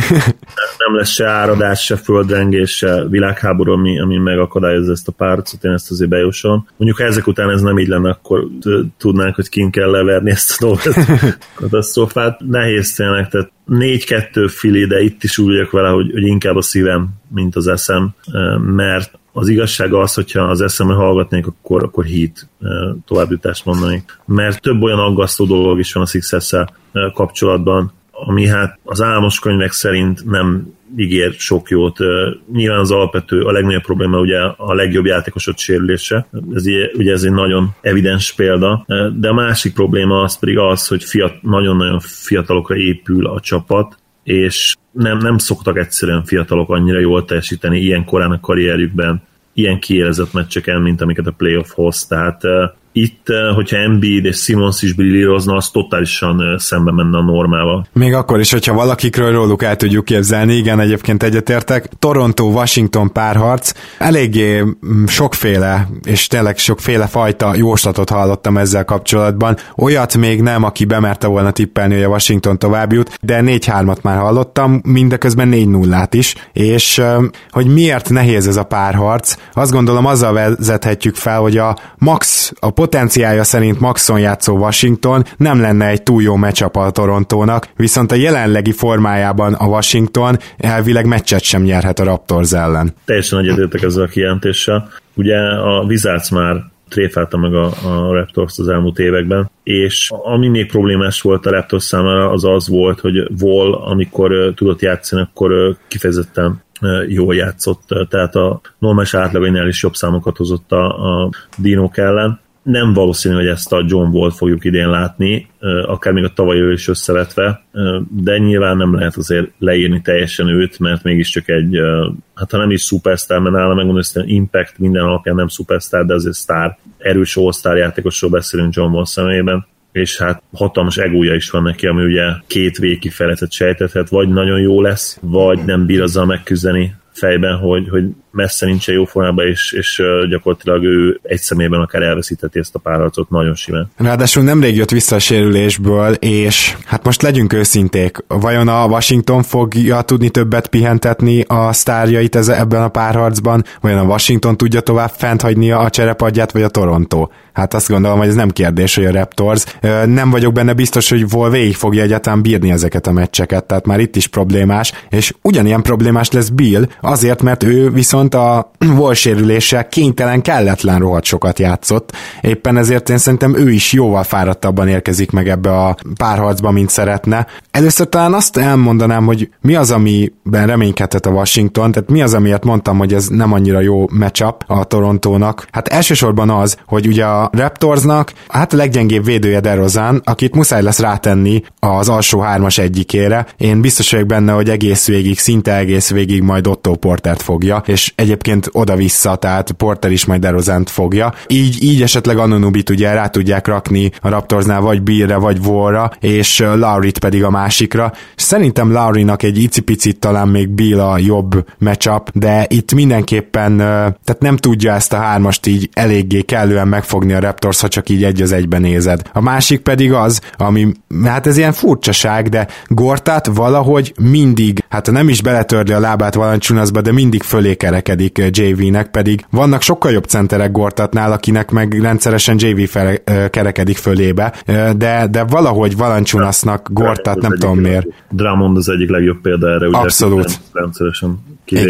Speaker 6: Nem lesz se áradás, se földrengés, se világháború, ami, ami megakadályozza ezt a párharcot, én ezt azért bejósolom. Mondjuk, ha ezek után ez nem így lenne, akkor tudnánk, hogy kin kell leverni ezt a dolgot. Katasztrófát. Nehéz tényleg, tehát négy kettő Philly, de itt is úgy vagyok vele, hogy, hogy inkább a szívem, mint az eszem, mert az igazság az, hogyha az eszemre hallgatnék, akkor, akkor Heat továbbjutást mondanék. Mert több olyan aggasztó dolog is van a Sixers-szel kapcsolatban, ami hát az álmos könyvek szerint nem ígér sok jót. Nyilván az alapvető, a legnagyobb probléma ugye a legjobb játékosod sérülése. Ez, ugye ez egy nagyon evidens példa. De a másik probléma az pedig az, hogy fiat, nagyon-nagyon fiatalokra épül a csapat, és nem, nem szoktak egyszerűen fiatalok annyira jól teljesíteni ilyen korán a karrierjükben, ilyen kiélezett meccseken, mint amiket a playoff hoz. Tehát uh, itt, uh, hogyha Embiid és Simmons is brillírozna, az totálisan uh, szembe menne a normával.
Speaker 2: Még akkor is, hogyha valakikről róluk el tudjuk képzelni, igen, egyébként egyetértek. Toronto-Washington párharc, eléggé sokféle, és tényleg sokféle fajta jóslatot hallottam ezzel kapcsolatban. Olyat még nem, aki bemerte volna tippelni, hogy a Washington tovább jut, de négy hármat már hallottam, mindeközben négy nullát is, és uh, hogy miért nehéz ez a párharc, azt gondolom azzal vezethetjük fel, hogy a max, a potenciálja szerint maxon játszó Washington nem lenne egy túl jó matchup a Torontónak, viszont a jelenlegi formájában a Washington elvileg meccset sem nyerhet a Raptors ellen.
Speaker 6: Teljesen egyetértek ezzel a kijelentéssel. Ugye a Wizards már tréfálta meg a, a Raptors az elmúlt években, és ami még problémás volt a Raptors számára, az az volt, hogy Wall, amikor tudott játszani, akkor kifejezetten jól játszott, tehát a normális átlagainál is jobb számokat hozott a, a Dinók ellen. Nem valószínű, hogy ezt a John Wall fogjuk idén látni, akár még a tavaly is összevetve, de nyilván nem lehet azért leírni teljesen őt, mert mégiscsak egy, hát ha nem is szupersztár, mert nála megmondom, hogy impact minden alapján nem szupersztár, de azért sztár, erős all-sztár játékosról beszélünk John Wall személyében, és hát hatalmas egója is van neki, ami ugye két végkifejletet sejtethet, vagy nagyon jó lesz, vagy nem bír azzal megküzdeni fejben, hogy, hogy messze nincsen jó formában, és, és gyakorlatilag ő egy személyben akár elveszítheti ezt a párharcot nagyon simán.
Speaker 2: Ráadásul nemrég jött vissza a sérülésből, és hát most legyünk őszinték, vajon a Washington fogja tudni többet pihentetni a sztárjait ez, ebben a párharcban, vajon a Washington tudja tovább fenthagyni a cserepadját, vagy a Toronto? Hát azt gondolom, hogy ez nem kérdés, hogy a Raptors. Nem vagyok benne biztos, hogy Wall végig fogja egyáltalán bírni ezeket a meccseket, tehát már itt is problémás, és ugyanilyen problémás lesz Bill, azért, mert ő viszont a Wall sérüléssel kénytelen, kelletlen rohadt sokat játszott. Éppen ezért én szerintem ő is jóval fáradtabban érkezik meg ebbe a párharcba, mint szeretne. Először talán azt elmondanám, hogy mi az, amiben reménykedhet a Washington, tehát mi az, amiért mondtam, hogy ez nem annyira jó matchup a Torontónak. Hát elsősorban az, hogy ugye a Raptorsnak hát a leggyengébb védője DeRozan, akit muszáj lesz rátenni az alsó hármas egyikére. Én biztos vagyok benne, hogy egész végig, szinte egész végig majd Otto Portert fogja, és egyébként oda-vissza, tehát Porter is majd DeRozant fogja. Így, így esetleg Anunubit ugye rá tudják rakni a Raptorsnál vagy Billre, vagy Wallra, és Lowryt pedig a másikra. Szerintem Lowrynak egy icipicit talán még Bill a jobb matchup, de itt mindenképpen tehát nem tudja ezt a hármast így eléggé kellően megfogni a Raptors, ha csak így egy az egyben nézed. A másik pedig az, ami, hát ez ilyen furcsaság, de Gortat valahogy mindig, hát nem is beletörli a lábát Valanciunasba, de mindig fölé kerekedik jé vé-nek, pedig vannak sokkal jobb centerek Gortatnál, akinek meg rendszeresen jé vé fel, kerekedik fölébe, de, de valahogy Valanciunasnak Gortat nem tudom miért.
Speaker 6: Drummond az egyik legjobb példa erre, ugye?
Speaker 2: Abszolút.
Speaker 6: Rendszeresen kivégez.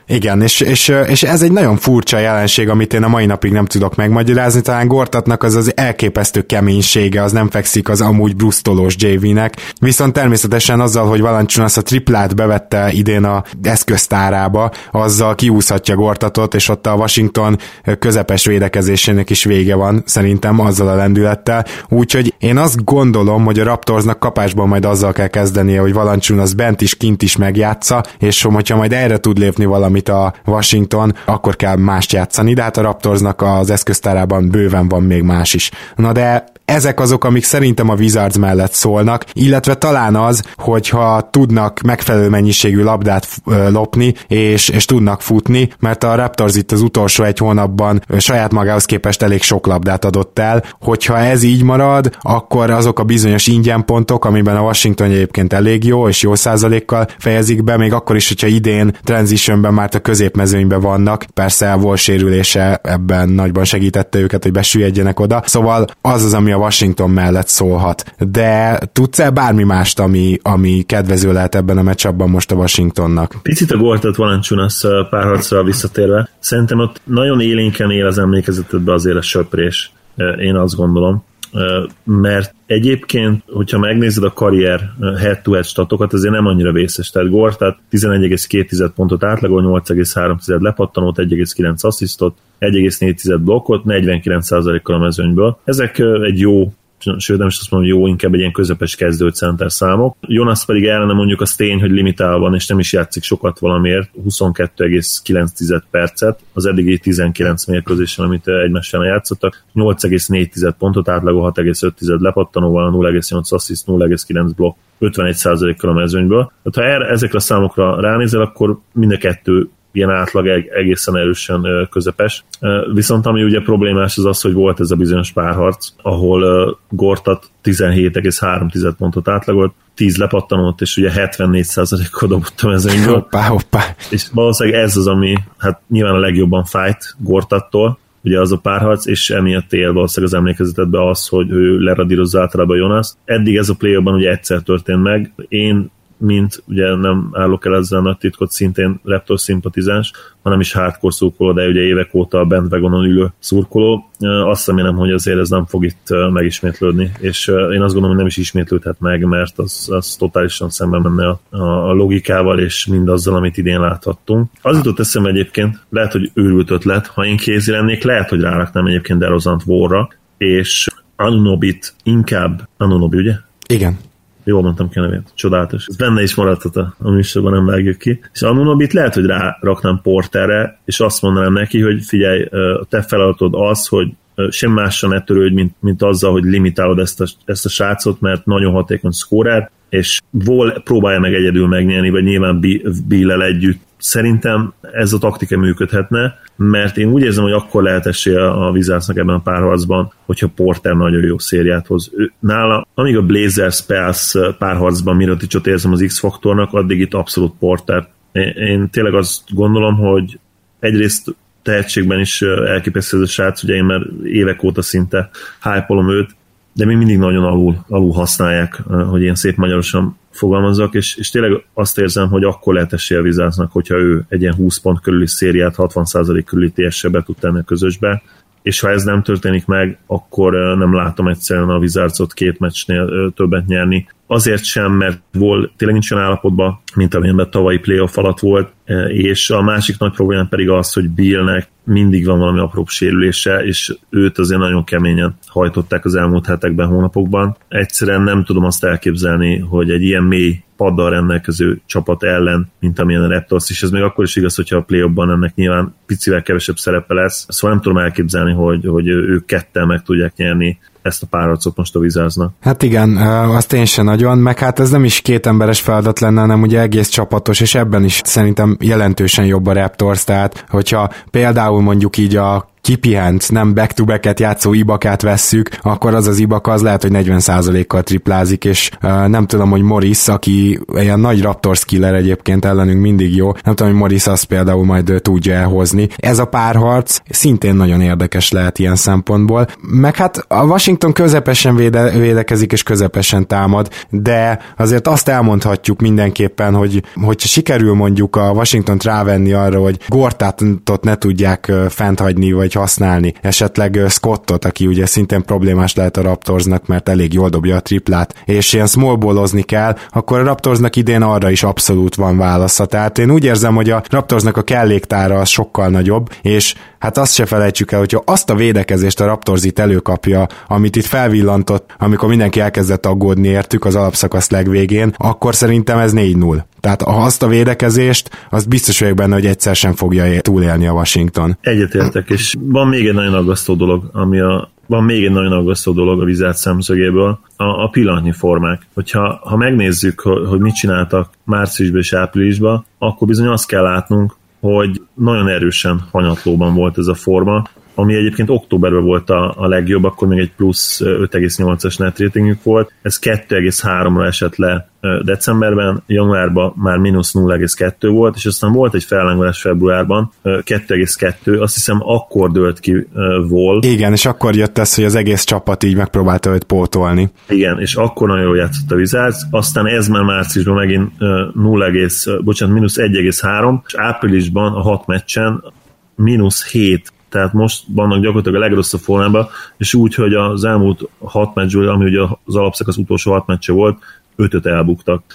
Speaker 2: Igen, és, és, és ez egy nagyon furcsa jelenség, amit én a mai napig nem tudok megmagyarázni, talán Gortatnak az az elképesztő keménysége, az nem fekszik az amúgy brusztolós jé vé-nek, viszont természetesen azzal, hogy Valanciunas a triplát bevette idén a eszköztárába, azzal kiúszhatja Gortatot, és ott a Washington közepes védekezésének is vége van, szerintem azzal a lendülettel, úgyhogy én azt gondolom, hogy a Raptorsnak kapásban majd azzal kell kezdenie, hogy Valanciunas bent is, kint is megjátsza, és hogyha majd erre tud lépni valamit a Washington, akkor kell mást játszani, de hát a Raptorsnak az eszköztárában bőven van még más is. Na de ezek azok, amik szerintem a Wizards mellett szólnak, illetve talán az, hogyha tudnak megfelelő mennyiségű labdát lopni, és, és tudnak futni, mert a Raptors itt az utolsó egy hónapban saját magához képest elég sok labdát adott el. Hogyha ez így marad, akkor azok a bizonyos ingyen pontok, amiben a Washington egyébként elég jó, és jó százalékkal fejezik be, még akkor is, hogyha idén transitionben már a középmezőnyben vannak, persze volt sérülése ebben nagyban segítette őket, hogy besüllyedjenek oda, szóval az az, ami a Washington mellett szólhat. De tudsz-e bármi mást, ami, ami kedvező lehet ebben a matchupban most a Washingtonnak?
Speaker 6: Picit a Gortat Valanciunas párharcra visszatérve, szerintem ott nagyon élénken él az emlékezetedbe azért a söprés, én azt gondolom, mert egyébként, hogyha megnézed a karrier head-to-head statokat, azért nem annyira vészes. Tehát Gortat tizenegy egész két pontot átlagol, nyolc egész három lepattanót, egy egész kilenc asszisztot, egy egész négy blokkot, negyvenkilenc százalékkal a mezőnyből. Ezek egy jó, sőt nem is azt mondom, jó, inkább egy ilyen közepes kezdőcenter számok. Jonas pedig ellene mondjuk az tény, hogy limitálva van, és nem is játszik sokat valamiért, huszonkettő egész kilenc percet, az eddigi tizenkilenc mérkőzésen, amit egymással játszottak, nyolc egész négy pontot átlagol, hat egész öt lepattanóval, nulla egész nyolc assziszt, nulla egész kilenc blokk, ötvenegy százalékkal a mezőnyből. Tehát ha erre, ezekre a számokra ránézel, akkor mind a kettő ilyen átlag egészen erősen közepes. Viszont ami ugye problémás az az, hogy volt ez a bizonyos párharc, ahol Gortat tizenhét egész három pontot átlagolt, tíz lepattanót, és ugye hetvennégy százalékkal dobott a mezőnyből.
Speaker 2: Hoppá, hoppá.
Speaker 6: És valószínűleg ez az, ami hát nyilván a legjobban fájt Gortattól, ugye az a párharc, és emiatt él valószínűleg az emlékezetedbe az, hogy ő leradírozza általában Jonas. Eddig ez a play-offban ugye egyszer történt meg. Én mint ugye nem állok el ezzel nagy titkot, szintén Raptors szimpatizáns, hanem is hardcore szurkoló, de ugye évek óta a bandwagonon ülő szurkoló. Azt remélem, hogy azért ez nem fog itt megismétlődni, és én azt gondolom, hogy nem is ismétlődhet meg, mert az, az totálisan szemben menne a, a logikával, és mindazzal, amit idén láthattunk. Az jutott eszembe egyébként, lehet, hogy őrült ötlet, ha én kézi lennék, lehet, hogy ráraknám egyébként DeRozant Wallra, és Anunobit inkább, Anunobi, ugye?
Speaker 2: Igen.
Speaker 6: Jól mondtam ki a nevét, csodálatos. Ez benne is maradhat a, a műsorban, nem vágjuk ki. És Anunobit lehet, hogy ráraknám Porterre, és azt mondanám neki, hogy figyelj, a te feladatod az, hogy sem mással ne törődj, mint, mint azzal, hogy limitálod ezt a, ezt a srácot, mert nagyon hatékony szkórer, és Wall próbálja meg egyedül megnyerni, vagy nyilván Bill-lel együtt. Szerintem ez a taktika működhetne, mert én úgy érzem, hogy akkor lehet esélye a Wizardsnak ebben a párharcban, hogyha Porter nagyon jó szériát hoz. Ő, nála, amíg a Blazers Pels párharcban Miroticsot érzem az X-faktornak, addig itt abszolút Porter. Én, én tényleg azt gondolom, hogy egyrészt tehetségben is elképesztő ez a srác, ugye én már évek óta szinte hype-olom őt, de még mindig nagyon alul, alul használják, hogy ilyen szép magyarosan fogalmazzak, és, és tényleg azt érzem, hogy akkor lehet esélye a Wizardsnak, hogyha ő egy ilyen húsz pont körüli szériát, hatvan százalék körüli té es-sel be tud tenni a közösbe, és ha ez nem történik meg, akkor nem látom egyszerűen a Wizardsot két meccsnél többet nyerni. Azért sem, mert Wall tényleg nincs olyan állapotban, mint amilyenben tavalyi playoff alatt volt, és a másik nagy probléma pedig az, hogy Billnek mindig van valami apróbb sérülése, és őt azért nagyon keményen hajtották az elmúlt hetekben, hónapokban. Egyszerűen nem tudom azt elképzelni, hogy egy ilyen mély paddal rendelkező csapat ellen, mint amilyen a Raptors is, ez még akkor is igaz, hogyha a play-offban ennek nyilván picivel kevesebb szerepe lesz. Szóval nem tudom elképzelni, hogy, hogy ők ketten meg tudják nyerni ezt a párharcot most a Wizardsnak.
Speaker 2: Hát igen, azt én sem nagyon, meg hát ez nem is két emberes feladat lenne, hanem ugye egész csapatos, és ebben is szerintem jelentősen jobb a Raptors, tehát hogyha például mondjuk így a kipihent, nem back-to-back-et játszó Ibakát vesszük, akkor az az Ibaka az lehet, hogy negyven százalékkal triplázik, és uh, nem tudom, hogy Morris, aki ilyen nagy Raptors killer egyébként ellenünk mindig jó, nem tudom, hogy Morris azt például majd uh, tudja elhozni. Ez a párharc szintén nagyon érdekes lehet ilyen szempontból. Meg hát a Washington közepesen véde, védekezik és közepesen támad, de azért azt elmondhatjuk mindenképpen, hogy hogyha sikerül mondjuk a Washingtont rávenni arra, hogy Gortatot ne tudják uh, fenthagyni vagy használni, esetleg uh, Scottot, aki ugye szintén problémás lehet a Raptorsnak, mert elég jól dobja a triplát, és ilyen smallballozni kell, akkor a Raptorsnak idén arra is abszolút van válasza. Tehát én úgy érzem, hogy a Raptorsnak a kelléktára az sokkal nagyobb, és hát azt se felejtsük el, hogyha azt a védekezést a Raptors itt előkapja, amit itt felvillantott, amikor mindenki elkezdett aggódni értük az alapszakasz legvégén, akkor szerintem ez négy null. Tehát azt a védekezést, azt biztos vagyok benne, hogy egyszer sem fogja túlélni a Washington.
Speaker 6: Egyetértek, és van még egy nagyon aggasztó dolog, ami a van még egy nagyon aggasztó dolog a Wizards szemszögéből, a, a pillanatnyi formák. Hogyha ha megnézzük, hogy, hogy mit csináltak márciusban és áprilisban, akkor bizony azt kell látnunk, hogy nagyon erősen hanyatlóban volt ez a forma, ami egyébként októberben volt a, a legjobb, akkor még egy plusz öt egész nyolcas net ratingük volt, ez kettő egész háromra esett le decemberben, januárban már mínusz nulla egész kettő volt, és aztán volt egy fellángolás februárban, kettő egész kettő, azt hiszem akkor dőlt ki Wall.
Speaker 2: Igen, és akkor jött ez, hogy az egész csapat így megpróbálta őt pótolni.
Speaker 6: Igen, és akkor nagyon jól játszott a Wizards, aztán ez már márciusban megint nulla, bocsánat, mínusz egy egész három, és áprilisban a hat meccsen mínusz hét, tehát most vannak gyakorlatilag a legrosszabb formában, és úgy, hogy az elmúlt hat meccsből, ami ugye az alapszakasz utolsó hat meccse volt, ötöt elbuktak.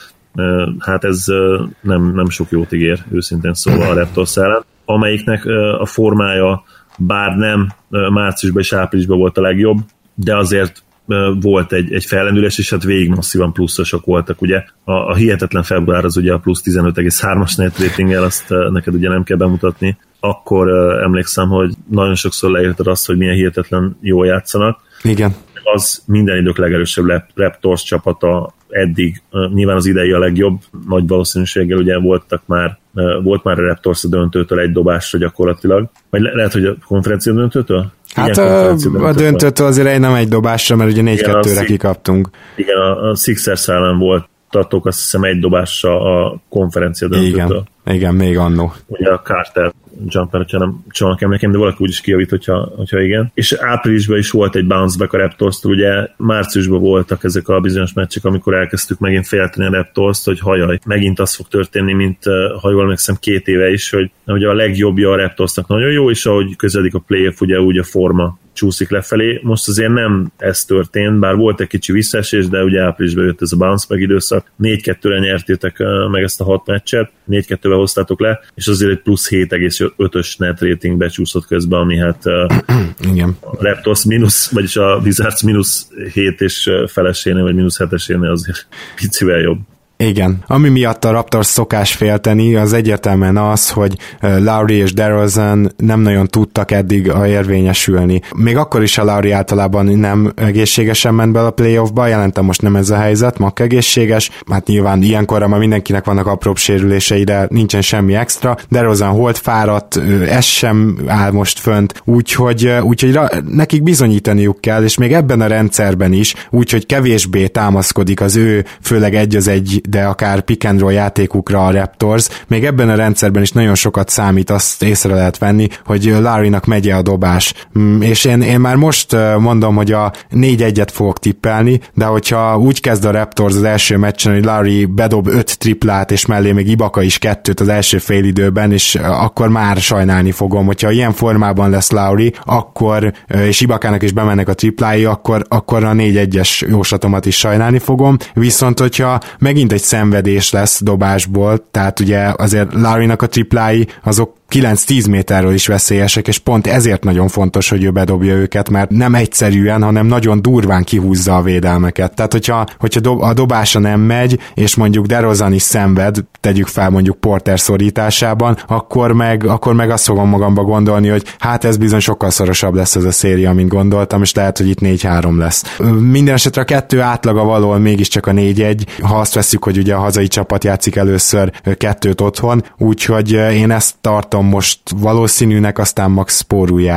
Speaker 6: Hát ez nem, nem sok jót ígér, őszintén szólva a Raptors ellen, amelyiknek a formája bár nem márciusban és áprilisban volt a legjobb, de azért volt egy, egy fellendülés, és hát végig masszívan pluszosok voltak, ugye. A, a hihetetlen február az ugye a plusz tizenöt egész hármas net ratinggel, azt neked ugye nem kell bemutatni. Akkor uh, emlékszem, hogy nagyon sokszor leírtad azt, hogy milyen hihetetlen jól játszanak.
Speaker 2: Igen.
Speaker 6: Az minden idők legerősebb Raptors csapata eddig, uh, nyilván az idei a legjobb, nagy valószínűséggel ugye voltak már, uh, volt már a Raptors a döntőtől egy dobásra gyakorlatilag. Vagy le- lehet, hogy a konferencia döntőtől?
Speaker 2: Hát a, a döntőtől azért nem egy dobásra, mert ugye négy kettőre kikaptunk.
Speaker 6: Igen, a, a Sixers ellen volt tartók azt hiszem egy dobásra a konferencia döntőtől.
Speaker 2: Igen, igen, még annó.
Speaker 6: Ugye a Carter jumper, hogyha nem csalnak emlékeim, de valaki úgyis kijavít, hogyha, hogyha igen. És áprilisban is volt egy bounce back a Raptors-tól, ugye márciusban voltak ezek a bizonyos meccsek, amikor elkezdtük megint félteni a Raptors-t, hogy hajaj, megint az fog történni, mint ha jól emlékszem két éve is, hogy ugye a legjobbja a Raptorsnak nagyon jó, és ahogy közeledik a playoff, ugye úgy a forma csúszik lefelé. Most azért nem ez történt, bár volt egy kicsi visszaesés, de ugye áprilisban jött ez a bounce back időszak. négy kettőre nyertétek meg ezt a hat meccset, négy kettővel hoztátok le, és azért egy plusz hét egész ötös net rating becsúszott közben, ami hát
Speaker 2: igen.
Speaker 6: A Raptors mínusz, vagyis a Wizards mínusz hét és felesénél, vagy mínusz hetesénél azért picivel jobb.
Speaker 2: Igen. Ami miatt a Raptors szokás félteni, az egyértelműen az, hogy Lowry és DeRozan nem nagyon tudtak eddig érvényesülni. Még akkor is a Lowry általában nem egészségesen ment be a playoffba, jelentem most nem ez a helyzet, Mak egészséges, hát nyilván ilyenkorra már mindenkinek vannak apróbb sérülései, de nincsen semmi extra. DeRozan holt fáradt, ez sem áll most fönt, úgyhogy, úgyhogy nekik bizonyítaniuk kell, és még ebben a rendszerben is, úgyhogy kevésbé támaszkodik az ő, főleg egy az egy, de akár pick and roll játékukra a Raptors. Még ebben a rendszerben is nagyon sokat számít, azt észre lehet venni, hogy Larrynak megye a dobás. És én, én már most mondom, hogy a négy egyet fogok tippelni, de hogyha úgy kezd a Raptors az első meccsen, hogy Larry bedob öt triplát, és mellé még Ibaka is kettőt az első fél időben, és akkor már sajnálni fogom, hogyha ilyen formában lesz Lowry, akkor, és Ibakának is bemennek a triplái, akkor, akkor a négy egyes jóslatomat is sajnálni fogom. Viszont, hogyha megint egy szenvedés lesz dobásból, tehát ugye azért Larrynak a triplái azok kilenc-tíz méterről is veszélyesek, és pont ezért nagyon fontos, hogy ő bedobja őket, mert nem egyszerűen, hanem nagyon durván kihúzza a védelmeket. Tehát, hogyha, hogyha dob, a dobása nem megy, és mondjuk DeRozan is szenved, tegyük fel mondjuk Porter szorításában, akkor meg, akkor meg azt fogom magamba gondolni, hogy hát ez bizony sokkal szorosabb lesz ez a széria, mint gondoltam, és lehet, hogy itt négy három lesz. Minden esetre a kettő átlaga valahol mégiscsak a négy egy, ha azt veszük, hogy ugye a hazai csapat játszik először kettőt otthon, úgyhogy én ezt tartom most valószínűnek, aztán max spórul járok.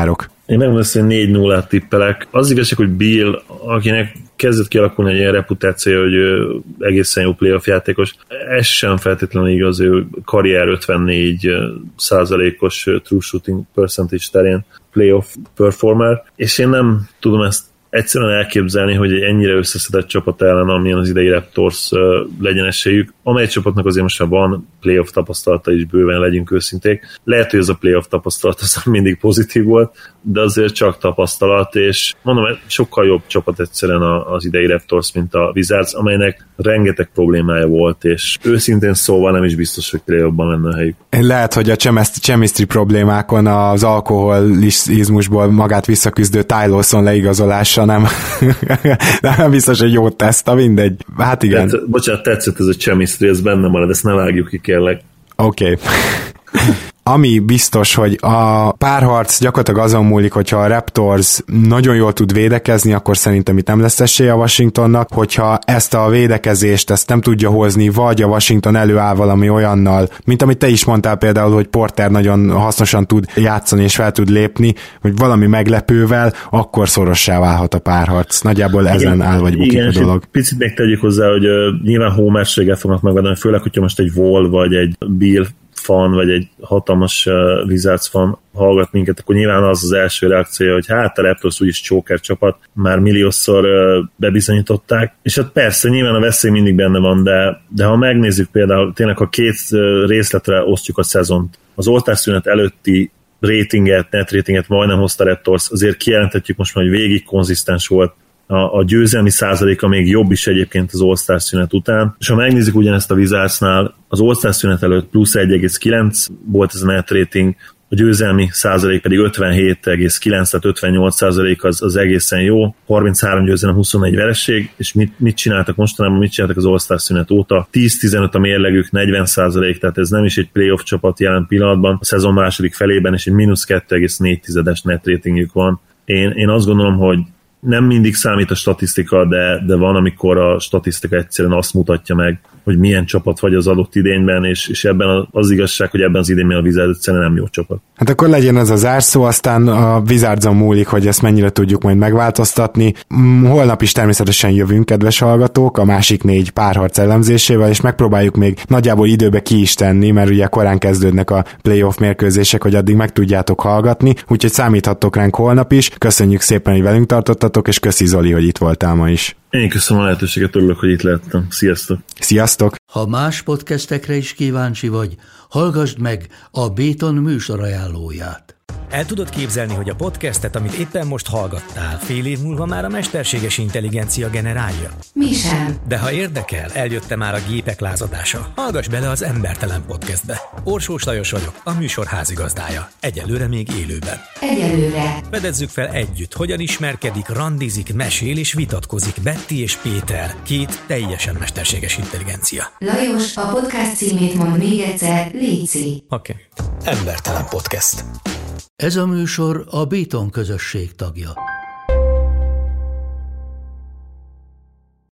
Speaker 6: Én megmondom, hogy négy nullát tippelek. Az igazság, hogy Beal, akinek kezdett kialakulni egy ilyen reputáció, hogy egészen jó playoff játékos, ez sem feltétlenül igaz, ő karrier ötvennégy százalékos true shooting percentage terén playoff performer, és én nem tudom ezt egyszerűen elképzelni, hogy egy ennyire összeszedett csapat ellen, amilyen az idei Raptors legyen esélyük, amely csapatnak azért most már van playoff tapasztalata is bőven, legyünk őszinték. Lehet, hogy ez a playoff tapasztalat az mindig pozitív volt, de azért csak tapasztalat, és mondom, sokkal jobb csapat egyszerűen az idei Raptors, mint a Wizards, amelynek rengeteg problémája volt, és őszintén szóval nem is biztos, hogy playoffban lenne a helyük.
Speaker 2: Lehet, hogy a chemistry problémákon az alkoholizmusból magát visszaküzdő Ty Lawson leigazolása nem, nem biztos, hogy jó teszta, mindegy. Hát igen.
Speaker 6: Tehát, bocsánat, tetszett ez a chemistry, ez benne marad, ezt ne vágjuk ki, kérlek.
Speaker 2: Oké. Okay. Ami biztos, hogy a párharc gyakorlatilag azon múlik, hogyha a Raptors nagyon jól tud védekezni, akkor szerintem itt nem lesz esélye a Washingtonnak, hogyha ezt a védekezést ezt nem tudja hozni, vagy a Washington előáll valami olyannal, mint amit te is mondtál például, hogy Porter nagyon hasznosan tud játszani és fel tud lépni, vagy valami meglepővel, akkor szorossá válhat a párharc. Nagyjából ezen igen, áll vagy bukik igen, a dolog.
Speaker 6: Picit még tegyük hozzá, hogy uh, nyilván hómásséggel fognak megadni, főleg, hogyha most egy Wall vagy egy Beal fan, vagy egy hatalmas uh, Wizards fan hallgat minket, akkor nyilván az az első reakciója, hogy hát a Raptors úgyis csóker csapat, már milliószor uh, bebizonyították, és hát persze, nyilván a veszély mindig benne van, de, de ha megnézzük például, tényleg ha két uh, részletre osztjuk a szezont, az oltásszünet előtti ratinget, net ratinget majdnem hozta Raptors, azért kijelenthetjük most már, hogy végig konzisztens volt. A, a győzelmi százaléka még jobb is egyébként az All-Star szünet után. És ha megnézzük ugyanezt a Wizardsnál, az All-Star szünet előtt plusz egy egész kilenc volt ez a net rating, a győzelmi százalék pedig ötvenhét egész kilenc, tehát ötvennyolc százalék az, az egészen jó, harminchárom győzelem, huszonegy vereség, és mit, mit csináltak mostanában, mit csináltak az All-Star szünet óta? tíz tizenöt a mérlegük, negyven százalék, tehát ez nem is egy playoff csapat jelen pillanatban, a szezon második felében, és egy mínusz kettő egész négy tizedes net ratingjük van. Én, én azt gondolom, hogy nem mindig számít a statisztika, de, de van, amikor a statisztika egyszerűen azt mutatja meg, hogy milyen csapat vagy az adott idényben, és, és ebben az igazság, hogy ebben az idényben a Wizards egyszerűen nem jó csapat.
Speaker 2: Hát akkor legyen ez a zárszó, aztán a Wizardson múlik, hogy ezt mennyire tudjuk majd megváltoztatni. Holnap is természetesen jövünk, kedves hallgatók, a másik négy párharc elemzésével, és megpróbáljuk még nagyjából időbe ki is tenni, mert ugye korán kezdődnek a playoff mérkőzések, hogy addig meg tudjátok hallgatni, úgyhogy számíthattok ránk holnap is. Köszönjük szépen, hogy velünk tartottatok, és köszi Zoli, hogy itt voltál ma is.
Speaker 6: Én köszönöm a lehetőséget, örülök, hogy itt lehettem. Sziasztok!
Speaker 2: Sziasztok!
Speaker 7: Ha más podcastekre is kíváncsi vagy, hallgassd meg a Béton műsor ajánlóját.
Speaker 8: El tudod képzelni, hogy a podcastet, amit éppen most hallgattál, fél év múlva már a mesterséges intelligencia generálja?
Speaker 9: Mi sem.
Speaker 8: De ha érdekel, eljött már a gépek lázadása. Hallgass bele az Embertelen Podcastbe. Orsós Lajos vagyok, a műsor házigazdája. Egyelőre még élőben.
Speaker 9: Egyelőre.
Speaker 8: Fedezzük fel együtt, hogyan ismerkedik, randizik, mesél és vitatkozik Betty és Péter, két teljesen mesterséges intelligencia.
Speaker 9: Lajos, a podcast címét mond még egyszer, léci.
Speaker 8: Oké. Okay. Embertelen Podcast.
Speaker 7: Ez a műsor a Béton közösség tagja.